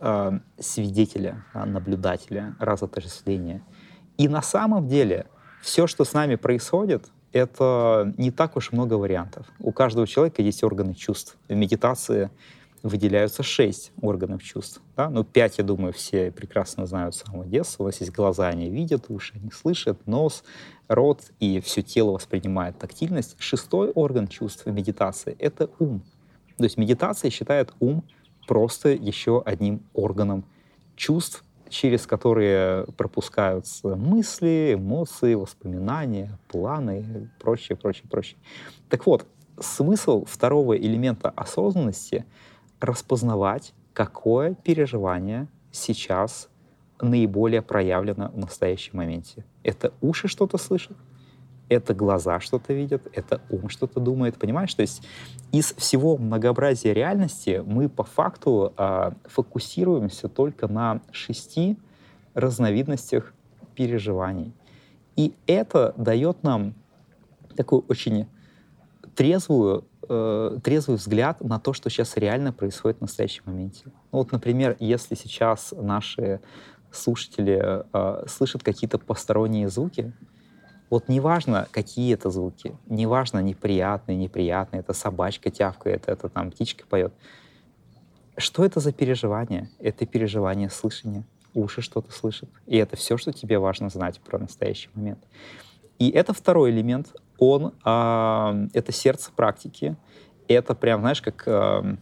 э, свидетеля, да, наблюдателя, разотождествления. И на самом деле все, что с нами происходит, это не так уж много вариантов. У каждого человека есть органы чувств. В медитации выделяются шесть органов чувств. Да? Ну, пять, я думаю, все прекрасно знают с самого детства. У нас есть глаза, они видят, уши, они слышат, нос, рот, и все тело воспринимает тактильность. Шестой орган чувств в медитации — это ум. То есть медитация считает ум просто еще одним органом чувств, через которые пропускаются мысли, эмоции, воспоминания, планы и прочее, прочее, прочее. Так вот, смысл второго элемента осознанности — распознавать, какое переживание сейчас наиболее проявлено в настоящем моменте. Это уши что-то слышат, это глаза что-то видят, это ум что-то думает. Понимаешь? То есть из всего многообразия реальности мы по факту э, фокусируемся только на шести разновидностях переживаний. И это дает нам такую очень трезвую, э, трезвый взгляд на то, что сейчас реально происходит в настоящем моменте. Ну, вот, например, если сейчас наши слушатели э, слышат какие-то посторонние звуки, вот неважно, какие это звуки, неважно, неприятные, неприятные, это собачка тявкает, это там птичка поет. Что это за переживание? Это переживание слышания. Уши что-то слышат. И это все, что тебе важно знать про настоящий момент. И это второй элемент. Он, э, это сердце практики. Это прям, знаешь, как, э,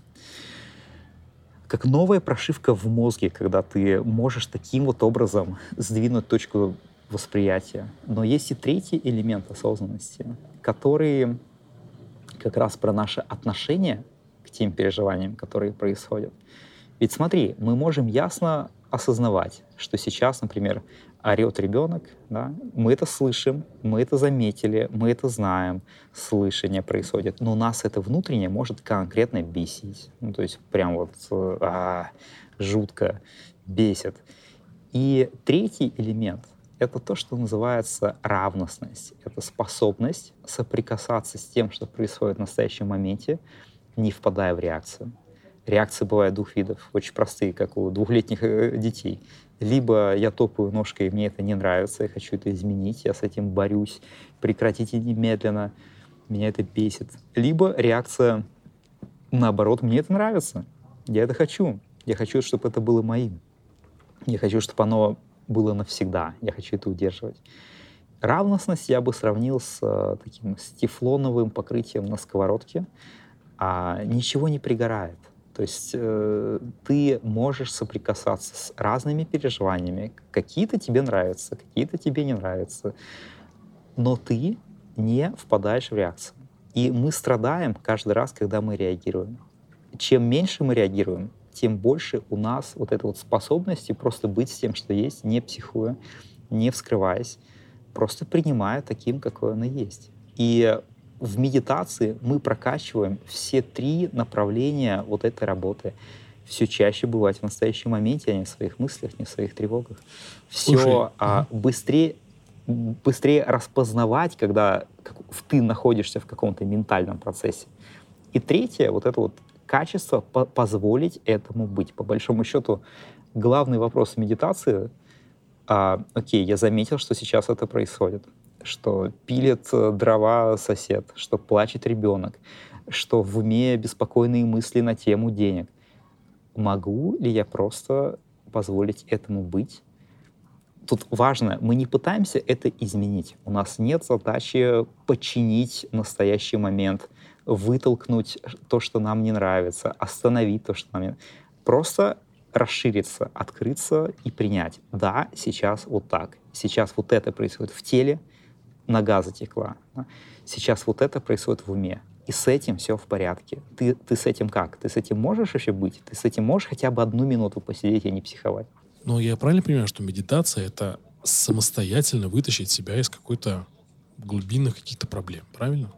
как новая прошивка в мозге, когда ты можешь таким вот образом сдвинуть точку восприятия. Но есть и третий элемент осознанности, который как раз про наше отношение к тем переживаниям, которые происходят. Ведь смотри, мы можем ясно осознавать, что сейчас, например, орет ребенок, да, мы это слышим, мы это заметили, мы это знаем, слышание происходит, но нас это внутренне может конкретно бесить. Ну, то есть прям вот а, жутко бесит. И третий элемент — это то, что называется равностность. Это способность соприкасаться с тем, что происходит в настоящем моменте, не впадая в реакцию. Реакции бывают двух видов, очень простые, как у двухлетних детей. Либо я топаю ножкой, и мне это не нравится, я хочу это изменить, я с этим борюсь, прекратите немедленно, меня это бесит. Либо реакция наоборот, мне это нравится, я это хочу, я хочу, чтобы это было моим, я хочу, чтобы оно было навсегда, я хочу это удерживать. Равностность я бы сравнил с э, таким с тефлоновым покрытием на сковородке, а ничего не пригорает. То есть э, ты можешь соприкасаться с разными переживаниями. Какие-то тебе нравятся, какие-то тебе не нравятся. Но ты не впадаешь в реакцию. И мы страдаем каждый раз, когда мы реагируем. Чем меньше мы реагируем, тем больше у нас вот этой вот способности просто быть с тем, что есть, не психуя, не вскрываясь, просто принимая таким, какой оно есть. И в медитации мы прокачиваем все три направления вот этой работы. Все чаще бывать в настоящем моменте, а не в своих мыслях, не в своих тревогах. Все а, быстрее, быстрее распознавать, когда как, ты находишься в каком-то ментальном процессе. И третье, вот это вот качество по- позволить этому быть. По большому счету, главный вопрос медитации а, окей, я заметил, что сейчас это происходит, что пилит дрова сосед, что плачет ребенок, что в уме беспокойные мысли на тему денег. Могу ли я просто позволить этому быть? Тут важно, мы не пытаемся это изменить. У нас нет задачи подчинить настоящий момент, вытолкнуть то, что нам не нравится, остановить то, что нам не нравится. Просто расшириться, открыться и принять. Да, сейчас вот так. Сейчас вот это происходит в теле, нога затекла. Да? Сейчас вот это происходит в уме. И с этим все в порядке. Ты, ты с этим как? Ты с этим можешь вообще быть? Ты с этим можешь хотя бы одну минуту посидеть и не психовать? Но я правильно понимаю, что медитация — это самостоятельно вытащить себя из какой-то глубинных каких-то проблем, правильно?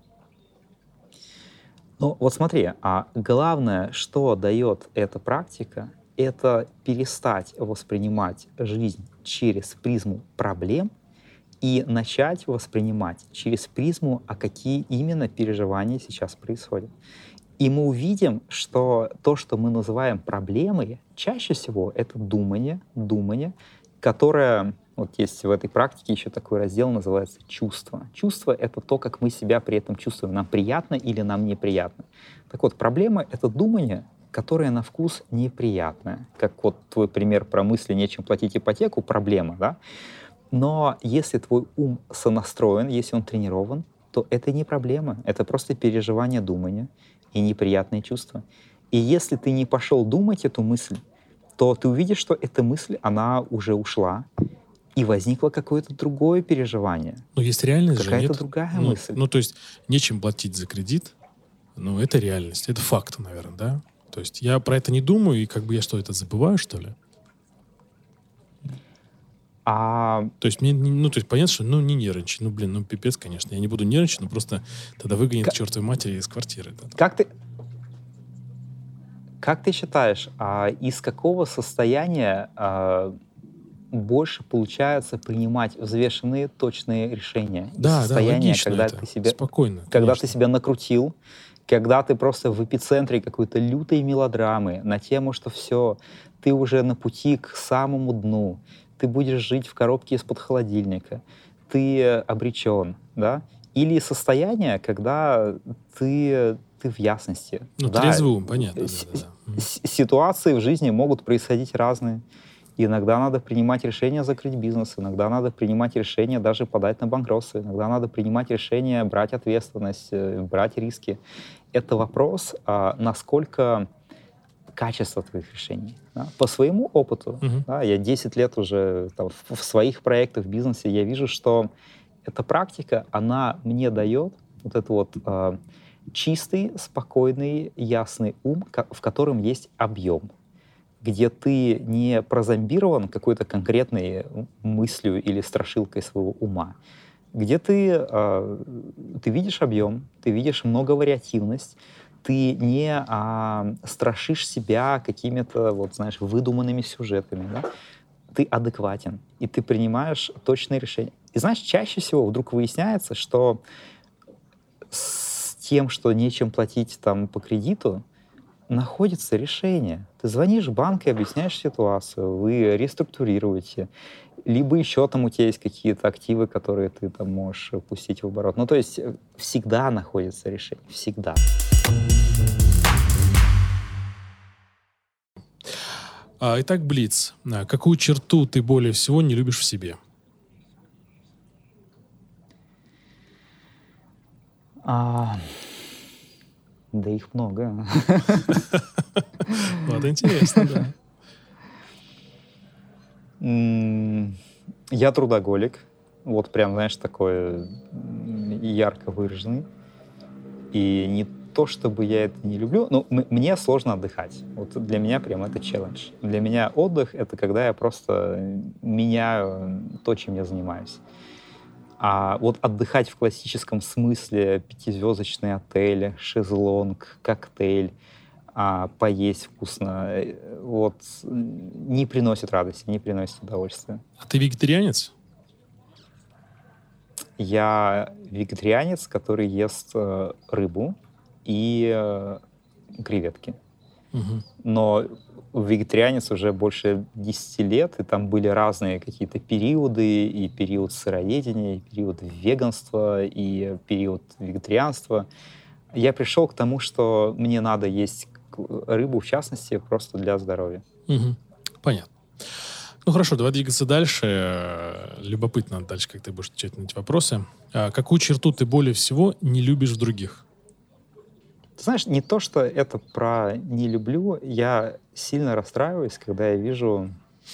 Ну вот смотри, а главное, что дает эта практика, это перестать воспринимать жизнь через призму проблем и начать воспринимать через призму, а какие именно переживания сейчас происходят. И мы увидим, что то, что мы называем проблемой, чаще всего это думание, думание, которое, вот есть в этой практике еще такой раздел, называется чувство. Чувство — это то, как мы себя при этом чувствуем, нам приятно или нам неприятно. Так вот, проблема — это думание, которое на вкус неприятное. Как вот твой пример про мысли «нечем платить ипотеку» — проблема, да? Но если твой ум сонастроен, если он тренирован, то это не проблема, это просто переживание думания и неприятные чувства. И если ты не пошел думать эту мысль, то ты увидишь, что эта мысль, она уже ушла, и возникло какое-то другое переживание. Но есть реальность же, нет? Какая-то другая ну, мысль. Ну, то есть нечем платить за кредит, ну, это реальность, это факт, наверное, да? То есть я про это не думаю, и как бы я что, это забываю, что ли? А... То есть мне, ну, то есть понятно, что, ну, не нервничай, ну, блин, ну, пипец, конечно, я не буду нервничать, но просто тогда выгонят к чертовой матери из квартиры. Да. Как ты... Как ты считаешь, а из какого состояния а, больше получается принимать взвешенные, точные решения? Да, из да, состояния, логично когда это. ты себя, Спокойно, когда конечно. ты себя накрутил, когда ты просто в эпицентре какой-то лютой мелодрамы на тему, что все, ты уже на пути к самому дну, ты будешь жить в коробке из-под холодильника, ты обречен, да? Или состояние, когда ты, ты в ясности. Ну, да, трезвый ум, понятно. с- Да, да, да. с- Ситуации в жизни могут происходить разные. Иногда надо принимать решение закрыть бизнес, иногда надо принимать решение даже подать на банкротство, иногда надо принимать решение брать ответственность, э, брать риски. Это вопрос, а, насколько качество твоих решений. Да? По своему опыту, Мгм. да, я десять лет уже там, в, в своих проектах, в бизнесе, я вижу, что эта практика, она мне дает вот этот вот а, чистый, спокойный, ясный ум, ко- в котором есть объем, где ты не прозомбирован какой-то конкретной мыслью или страшилкой своего ума, где ты, э, ты видишь объем, ты видишь многовариативность, ты не а, страшишь себя какими-то, вот, знаешь, выдуманными сюжетами, да? Ты адекватен, и ты принимаешь точные решения. И знаешь, чаще всего вдруг выясняется, что с тем, что нечем платить там по кредиту, находится решение. Ты звонишь в банк и объясняешь ситуацию, вы реструктурируете, либо еще там у тебя есть какие-то активы, которые ты там можешь пустить в оборот. Ну, то есть э, всегда находится решение, всегда. А, итак, Блиц. А, какую черту ты более всего не любишь в себе? А, да их много. Вот интересно, да. М, Я трудоголик. Вот прям, знаешь, такой м, ярко выраженный. И не то, чтобы я это не люблю, но м- мне сложно отдыхать. Вот для меня прям это челлендж. Для меня отдых — это когда я просто меняю то, чем я занимаюсь. А вот отдыхать в классическом смысле, пятизвездочный отель, шезлонг, коктейль, а, поесть вкусно, э, вот м, не приносит радости, не приносит удовольствия. А ты вегетарианец? Я вегетарианец, который ест э, рыбу и э, креветки. Мгм. Но вегетарианец уже больше десяти лет, и там были разные какие-то периоды, и период сыроедения, и период веганства, и период вегетарианства. Я пришел к тому, что мне надо есть к- рыбу, в частности, просто для здоровья. Мгм. Понятно. Ну хорошо, давай двигаться дальше. Э, Любопытно дальше, как ты будешь отвечать на эти вопросы. А какую черту ты более всего не любишь в других? Ты знаешь, не то, что это про «не люблю», я сильно расстраиваюсь, когда я вижу,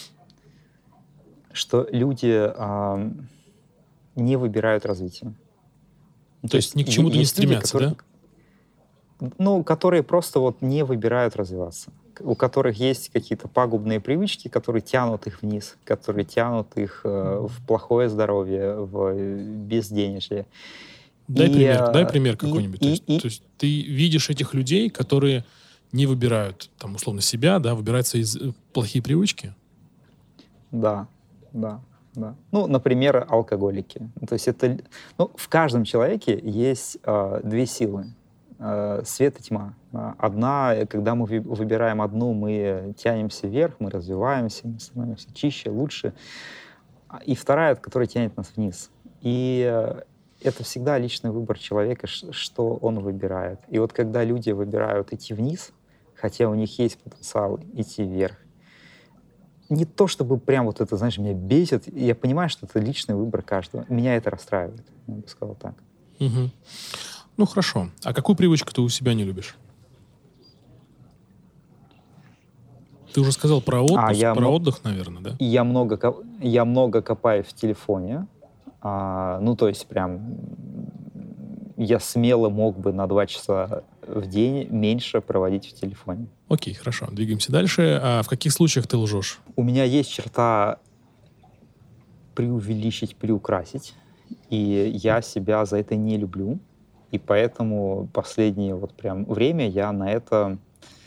что люди ам, не выбирают развитие. Ну, То есть ни к е- чему-то не есть люди, стремятся, которые, ну, которые просто вот не выбирают развиваться, к- у которых есть какие-то пагубные привычки, которые тянут их вниз, которые тянут их э, в плохое здоровье, в э, безденежье. Дай И, пример, дай э, пример и, какой-нибудь. То и, есть, и, то есть ты видишь этих людей, которые не выбирают, там, условно, себя, да, выбирают свои з- плохие привычки? да, да, да. Ну, например, алкоголики. То есть это, л- ну, в каждом человеке есть э, две силы. э, свет и тьма. А, Одна, э, когда мы ви- выбираем одну, мы тянемся вверх, мы развиваемся, мы становимся чище, лучше. А- И вторая, которая тянет нас вниз. И э, это всегда личный выбор человека, ш- что он выбирает. И вот когда люди выбирают идти вниз, хотя у них есть потенциал идти вверх, не то чтобы прям вот это, знаешь, меня бесит. Я понимаю, что это личный выбор каждого. Меня это расстраивает, я бы сказал так. Мгм. Ну, хорошо. А какую привычку ты у себя не любишь? Ты уже сказал про А отпуск, я, про мо- отдых, наверное, да? я, много, ко- я много копаю в телефоне. А, ну, то есть прям м, я смело мог бы на два часа в день меньше проводить в телефоне. Окей, хорошо. Двигаемся дальше. А в каких случаях ты лжешь? У меня есть черта преувеличить, приукрасить, и я себя за это не люблю. И поэтому последнее вот прям время я на это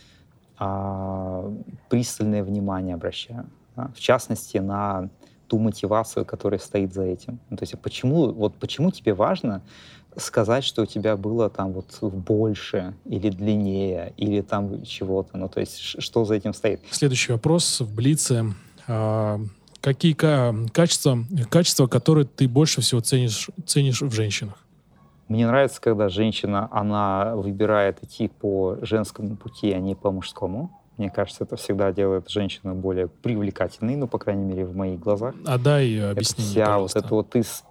а, пристальное внимание обращаю. Да. В частности, на ту мотивацию, которая стоит за этим. Ну, то есть, а почему, вот почему тебе важно сказать, что у тебя было там вот больше или длиннее, или там чего-то? Ну, то есть, ш- что за этим стоит? Следующий вопрос в Блице. А, какие ка- качества, качества, которые ты больше всего ценишь, ценишь в женщинах? Мне нравится, когда женщина, она выбирает идти по женскому пути, а не по мужскому. Мне кажется, это всегда делает женщину более привлекательной, ну, по крайней мере, в моих глазах. А дай Это объяснение, вся вот пожалуйста. эта вот из...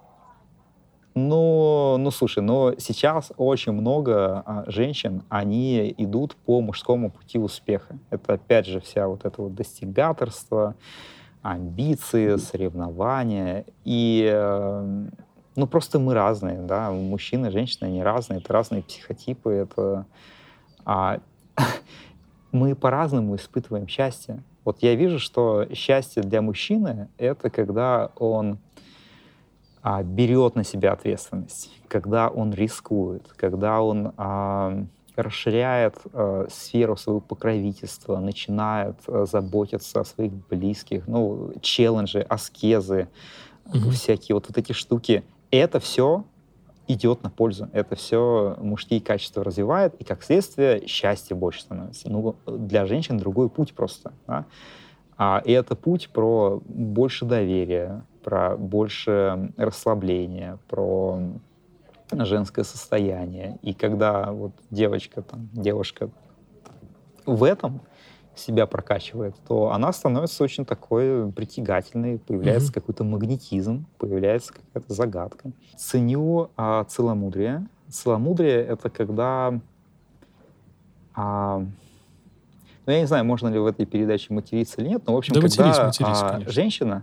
Ну, ну, слушай, но сейчас очень много а, женщин, они идут по мужскому пути успеха. Это, опять же, вся вот это вот достигаторство, амбиции, соревнования. И, э, ну, просто мы разные, да, мужчины и женщины, они разные, это разные психотипы, это... а, мы по-разному испытываем счастье. Вот я вижу, что счастье для мужчины — это когда он а, берет на себя ответственность, когда он рискует, когда он а, расширяет а, сферу своего покровительства, начинает а, заботиться о своих близких, ну, челленджи, аскезы, Мгм. всякие вот, вот эти штуки. Это все идет на пользу. Это все мужские качества развивает, и, как следствие, счастье больше становится. Ну, для женщин другой путь просто. Да? А, и это путь про больше доверия, про больше расслабления, про женское состояние. И когда вот девочка, там, девушка в этом себя прокачивает, то она становится очень такой притягательной, появляется Мгм. какой-то магнетизм, появляется какая-то загадка. Ценю а, целомудрие. Целомудрие — это когда... а, ну, я не знаю, можно ли в этой передаче материться или нет, но, в общем, Да матерись, когда матерись, а, конечно. женщина...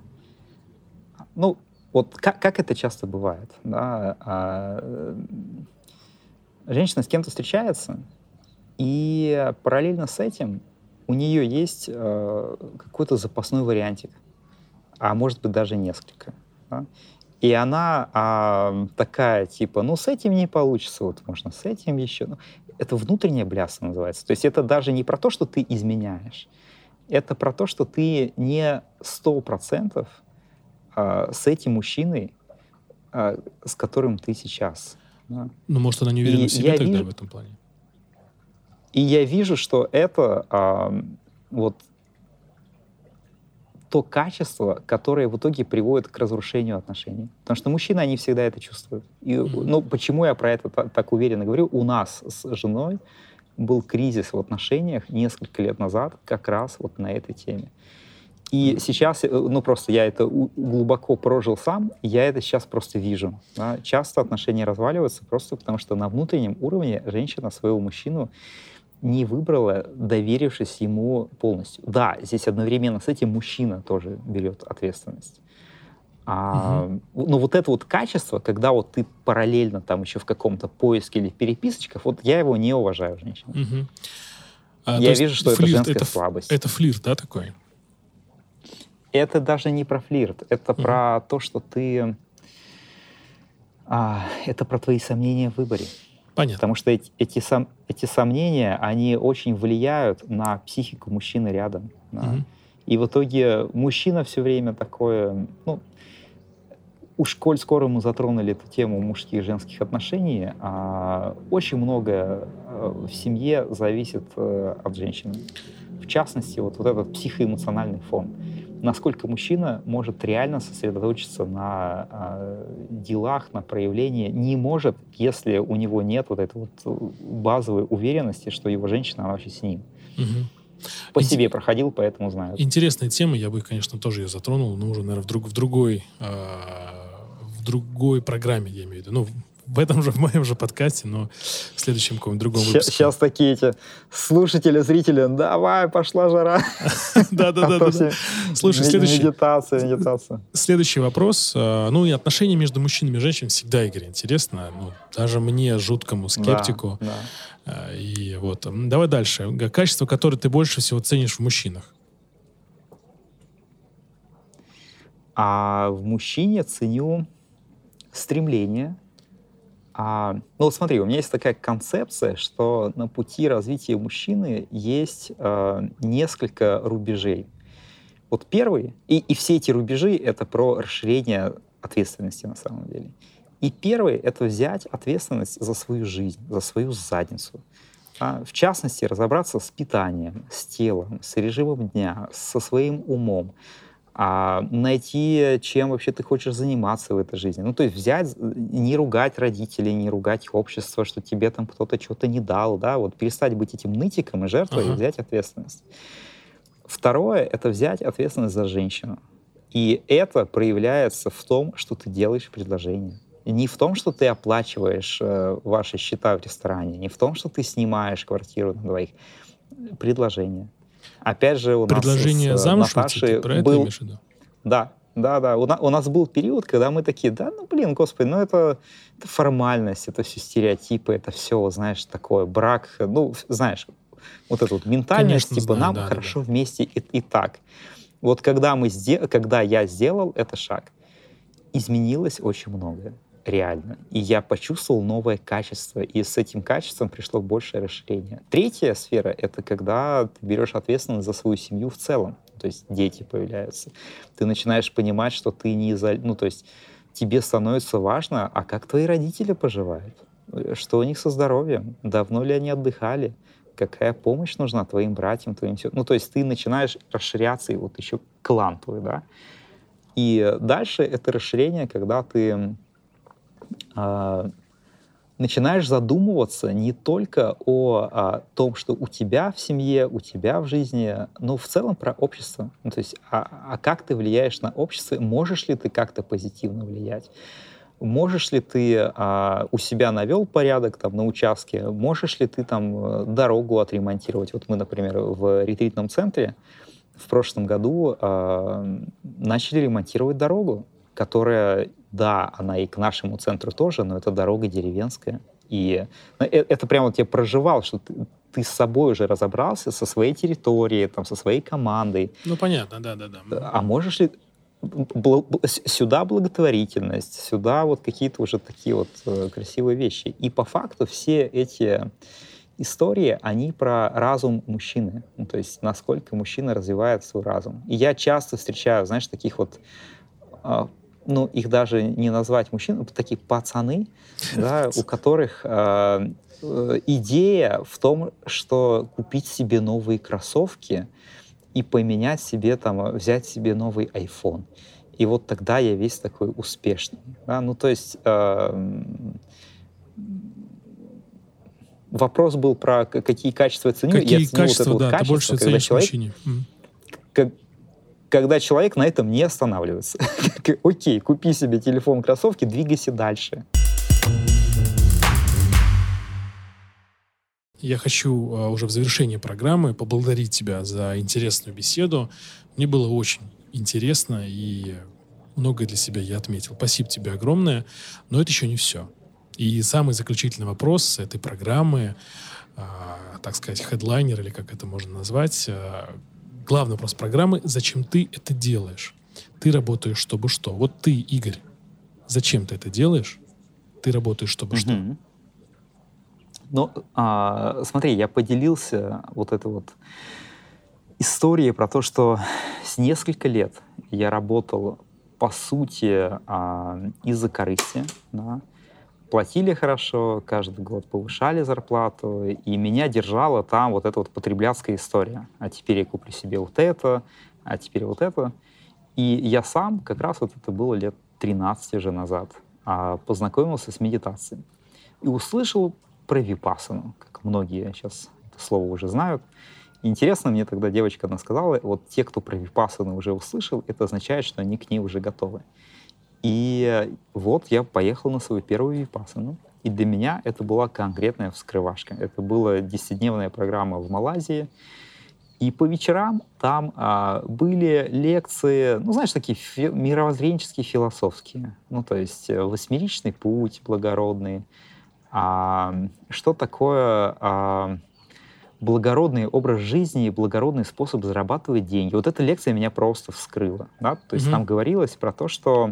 Ну, вот как, как это часто бывает, да, а, э, женщина с кем-то встречается, и параллельно с этим у нее есть э, какой-то запасной вариантик, а может быть даже несколько. Да? И она а, такая, типа, ну, с этим не получится, вот можно с этим еще. Ну, это внутренняя бляса называется. То есть это даже не про то, что ты изменяешь, это про то, что ты не сто процентов а, с этим мужчиной, а, с которым ты сейчас. Да? Ну, может, она не И уверена в себе я тогда вижу, в этом плане? и я вижу, что это а, вот то качество, которое в итоге приводит к разрушению отношений. Потому что мужчины, они всегда это чувствуют. И, Мгм. ну, почему я про это та- так уверенно говорю? У нас с женой был кризис в отношениях несколько лет назад как раз вот на этой теме. И сейчас, э, ну, просто я это у- глубоко прожил сам, и я это сейчас просто вижу. Да. Часто отношения разваливаются просто потому, что на внутреннем уровне женщина своего мужчину не выбрала, доверившись ему полностью. Да, здесь одновременно с этим мужчина тоже берет ответственность. Мгм. А, ну, вот это вот качество, когда вот ты параллельно там еще в каком-то поиске или в переписочках, вот я его не уважаю в женщинах. Мгм. А, то Я есть вижу, что это флирт, женская это, ф- слабость. это флирт, да, такой? Это даже не про флирт, это Мгм. про то, что ты... а, это про твои сомнения в выборе. Понятно. Потому что эти, эти, сом- эти сомнения, они очень влияют на психику мужчины рядом. Да. Мгм. И в итоге мужчина все время такое... Ну, уж коль скоро мы затронули эту тему мужских и женских отношений, а, очень много в семье зависит от женщины. В частности, вот, вот этот психоэмоциональный фон. Насколько мужчина может реально сосредоточиться на э, делах, на проявлении, не может, если у него нет вот этой вот базовой уверенности, что его женщина, она вообще с ним. Угу. По Ин- себе проходил, поэтому знаю. Интересная тема, я бы, конечно, тоже ее затронул, но уже, наверное, в, друг, в, другой, э, в другой программе, я имею в виду. Ну, в этом же, в моем же подкасте, но в следующем каком-нибудь другом выпуске. Сейчас такие эти слушатели, зрители, давай, пошла жара. Да-да-да. Слушай, следующий... Медитация, медитация. Следующий вопрос. Ну, и отношения между мужчинами и женщинами всегда, Игорь, интересно. Ну, даже мне, жуткому скептику. Да, да. И вот. Давай дальше. Качество, которое ты больше всего ценишь в мужчинах? А в мужчине ценю стремление. А, ну вот смотри, у меня есть такая концепция, что на пути развития мужчины есть а, несколько рубежей. Вот первый, и, и все эти рубежи — это про расширение ответственности на самом деле. И первый — это взять ответственность за свою жизнь, за свою задницу. А, в частности, разобраться с питанием, с телом, с режимом дня, со своим умом. А найти, чем вообще ты хочешь заниматься в этой жизни. Ну, то есть взять, не ругать родителей, не ругать общество, что тебе там кто-то что-то не дал, да, вот перестать быть этим нытиком и жертвой, ага. и взять ответственность. Второе — это взять ответственность за женщину. И это проявляется в том, что ты делаешь предложение. Не в том, что ты оплачиваешь э, ваши счета в ресторане, не в том, что ты снимаешь квартиру на двоих. Предложение. Опять же, у предложение нас с замуж Наташей выйти, был... имеешь в виду? Да, да, да. У, на... у нас был период, когда мы такие, да, ну, блин, господи, ну, это, это формальность, это все стереотипы, это все, знаешь, такое, брак, ну, знаешь, вот эта вот ментальность, Конечно, типа, знаю, нам да, хорошо да, да. вместе и, и так. Вот когда, мы сде... когда я сделал этот шаг, изменилось очень многое. Реально. И я почувствовал новое качество, и с этим качеством пришло большее расширение. Третья сфера — это когда ты берешь ответственность за свою семью в целом. То есть дети появляются. Ты начинаешь понимать, что ты не изол... Ну, то есть тебе становится важно, а как твои родители поживают? Что у них со здоровьем? Давно ли они отдыхали? Какая помощь нужна твоим братьям, твоим сестрам? Ну, то есть ты начинаешь расширяться, и вот еще клан твой, да? И дальше это расширение, когда ты Uh, начинаешь задумываться не только о, о том, что у тебя в семье, у тебя в жизни, но в целом про общество. Ну, то есть, а, а как ты влияешь на общество? Можешь ли ты как-то позитивно влиять? Можешь ли ты а, у себя навел порядок там, на участке? Можешь ли ты там дорогу отремонтировать? Вот мы, например, в ретритном центре в прошлом году а, начали ремонтировать дорогу, которая, да, она и к нашему центру тоже, но это дорога деревенская. И это прямо вот я проживал, что ты, ты с собой уже разобрался, со своей территорией, там, со своей командой. Ну, понятно, да-да-да. А можешь ли... Сюда благотворительность, сюда вот какие-то уже такие вот красивые вещи. И по факту все эти истории, они про разум мужчины. Ну, то есть насколько мужчина развивает свой разум. И я часто встречаю, знаешь, таких вот... ну, их даже не назвать мужчинами, такие пацаны, да, у которых э, э, идея в том, что купить себе новые кроссовки и поменять себе, там, взять себе новый iPhone. И вот тогда я весь такой успешный. Да? Ну, то есть э, вопрос был про какие качества я ценю. Какие я ценю качества, вот это да, вот ты больше всего ценишь в мужчине? Как, когда человек на этом не останавливается. Окей, купи себе телефон, кроссовки, двигайся дальше. Я хочу uh, уже в завершении программы поблагодарить тебя за интересную беседу. Мне было очень интересно, и многое для себя я отметил. Спасибо тебе огромное, но это еще не все. И самый заключительный вопрос этой программы, uh, так сказать, хедлайнер, или как это можно назвать, uh, главный вопрос программы — зачем ты это делаешь? Ты работаешь, чтобы что? Вот ты, Игорь, зачем ты это делаешь? Ты работаешь, чтобы mm-hmm. что? Ну, а, смотри, я поделился вот этой вот историей про то, что с несколько лет я работал, по сути, а, из-за корысти, да, платили хорошо, каждый год повышали зарплату, и меня держала там вот эта вот потребляцкая история. А теперь я куплю себе вот это, а теперь вот это. И я сам, как раз вот это было лет тринадцать уже назад, познакомился с медитацией. И услышал про випассану, как многие сейчас это слово уже знают. И интересно, мне тогда девочка одна сказала, вот те, кто про випассану уже услышал, это означает, что они к ней уже готовы. И вот я поехал на свою первую випассану, и для меня это была конкретная вскрывашка. Это была десятидневная программа в Малайзии, и по вечерам там а, были лекции, ну, знаешь, такие фи- мировоззренческие, философские. Ну, то есть э, восьмеричный путь благородный, а, что такое а, благородный образ жизни и благородный способ зарабатывать деньги. Вот эта лекция меня просто вскрыла. Да? То есть Мгм. там говорилось про то, что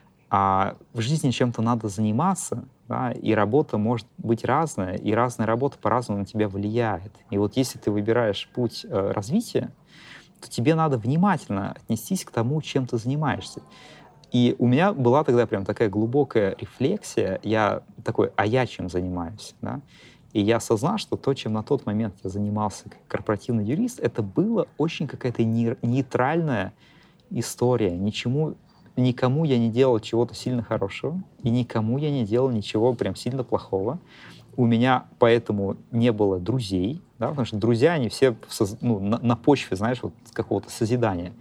а, в жизни чем-то надо заниматься, да, и работа может быть разная, и разная работа по-разному на тебя влияет. И вот если ты выбираешь путь э, развития, то тебе надо внимательно отнестись к тому, чем ты занимаешься. И у меня была тогда прям такая глубокая рефлексия, я такой, а я чем занимаюсь? Да? И я осознал, что то, чем на тот момент я занимался как корпоративный юрист, это была очень какая-то не- нейтральная история. Ничему, никому я не делал чего-то сильно хорошего, и никому я не делал ничего прям сильно плохого. У меня поэтому не было друзей, да, потому что друзья, они все соз- ну, на, на почве, знаешь, вот какого-то созидания.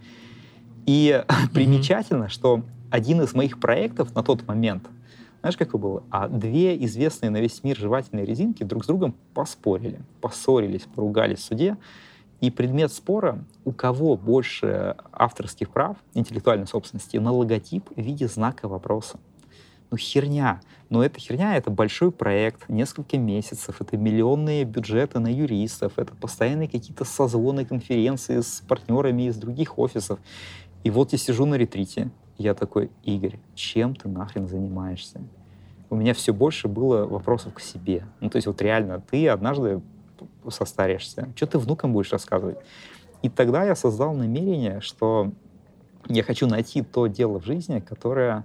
И Мгм. примечательно, что один из моих проектов на тот момент, знаешь, какой был? А две известные на весь мир жевательные резинки друг с другом поспорили, поссорились, поругались в суде. И предмет спора, у кого больше авторских прав, интеллектуальной собственности, на логотип в виде знака вопроса. Ну, херня. Но эта херня — это большой проект, несколько месяцев, это миллионные бюджеты на юристов, это постоянные какие-то созвоны, конференции с партнерами из других офисов. И вот я сижу на ретрите, и я такой, Игорь, чем ты нахрен занимаешься? У меня все больше было вопросов к себе. Ну, то есть вот реально, ты однажды состаришься. Что ты внукам будешь рассказывать? И тогда я создал намерение, что я хочу найти то дело в жизни, которое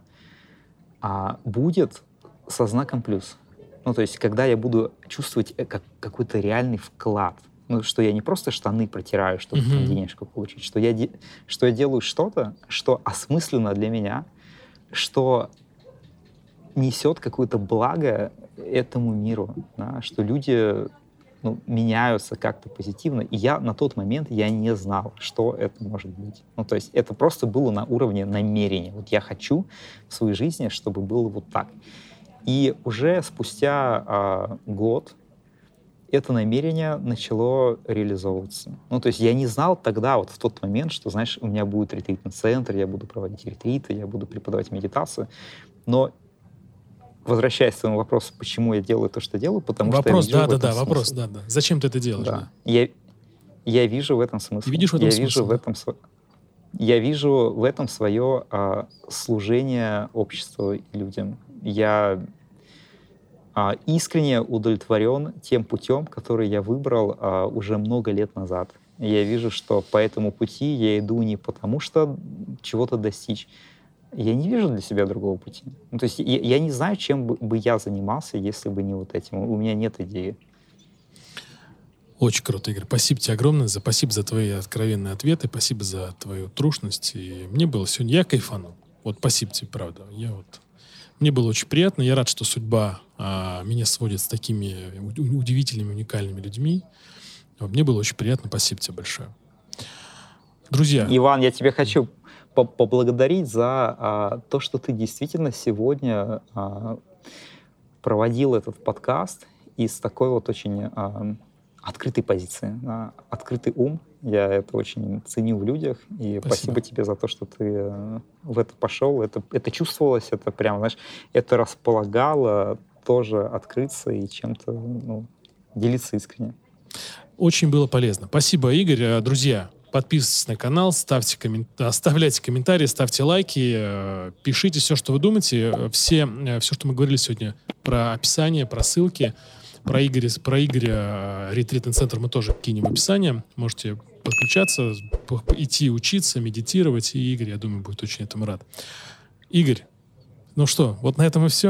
а, будет со знаком плюс. Ну, то есть, когда я буду чувствовать э, как, какой-то реальный вклад, ну, что я не просто штаны протираю, чтобы там Мгм. денежку получить, что я, де- что я делаю что-то, что осмысленно для меня, что несет какое-то благо этому миру, да, что люди ну, меняются как-то позитивно. И я на тот момент я не знал, что это может быть. Ну, то есть это просто было на уровне намерения. Вот я хочу в своей жизни, чтобы было вот так. И уже спустя а, год это намерение начало реализовываться. Ну, то есть я не знал тогда, вот в тот момент, что, знаешь, у меня будет ретритный центр, я буду проводить ретриты, я буду преподавать медитацию. Но возвращаясь к своему вопросу, почему я делаю то, что делаю, потому что я Вопрос, вижу в этом да-да-да, вопрос, смысл. да-да. Зачем ты это делаешь, Да. да? Я, я вижу в этом Ты смысл. видишь в этом Я вижу смысл, в да? этом, сво- я вижу в этом свое а, служение обществу и людям. Я а, искренне удовлетворен тем путем, который я выбрал а, уже много лет назад. И я вижу, что по этому пути я иду не потому, что чего-то достичь. Я не вижу для себя другого пути. Ну, то есть я, я не знаю, чем бы, бы я занимался, если бы не вот этим. У меня нет идеи. Очень круто, Игорь. Спасибо тебе огромное. За, спасибо за твои откровенные ответы. Спасибо за твою трушность. И мне было сегодня... Я кайфанул. Вот спасибо тебе, правда. Я вот... Мне было очень приятно. Я рад, что судьба а, меня сводит с такими у- удивительными, уникальными людьми. Вот, мне было очень приятно. Спасибо тебе большое. Друзья, Иван, я тебе хочу по- поблагодарить за а, то, что ты действительно сегодня а, проводил этот подкаст из такой вот очень а, открытой позиции, да, открытый ум. Я это очень ценю в людях. И спасибо. спасибо тебе за то, что ты э, в это пошел. Это, это чувствовалось, это прям, знаешь, это располагало тоже открыться и чем-то ну, делиться искренне. Очень было полезно. Спасибо, Игорь. Э, Друзья, подписывайтесь на канал, ставьте коммен- оставляйте комментарии, ставьте лайки, э, пишите все, что вы думаете. Э, Все, э, все, что мы говорили сегодня про описание, про ссылки, про Игоря, про Игоря э, ретритный центр мы тоже кинем в описание. Можете подключаться, п- п- идти учиться, медитировать. И Игорь, я думаю, будет очень этому рад. Игорь, ну что, вот на этом и все.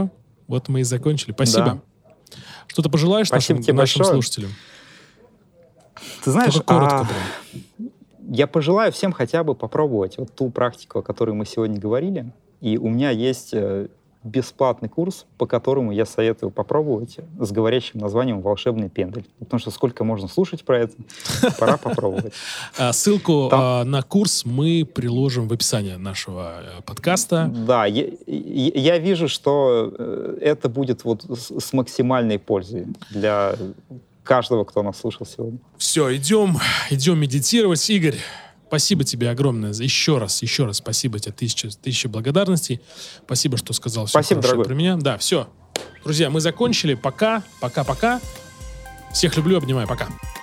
Вот мы и закончили. Спасибо. Да. Что-то пожелаешь Спасибо нашим, тебе нашим большое. слушателям? Ты знаешь, Только коротко а, прям. я пожелаю всем хотя бы попробовать вот ту практику, о которой мы сегодня говорили. И у меня есть э, бесплатный курс, по которому я советую попробовать с говорящим названием «Волшебный пендель». Потому что сколько можно слушать про это, пора попробовать. Ссылку Там- на курс мы приложим в описании нашего э, подкаста. Да, я, я- я вижу, что э, это будет вот с, с максимальной пользой для каждого, кто нас слушал сегодня. Все, идем, идем медитировать. Игорь, спасибо тебе огромное. Еще раз, еще раз спасибо тебе. Тысяча, тысяча благодарностей. Спасибо, что сказал все Спасибо, хорошее дорогой. про меня. Да, все. Друзья, мы закончили. Пока, пока, пока. Всех люблю, обнимаю. Пока.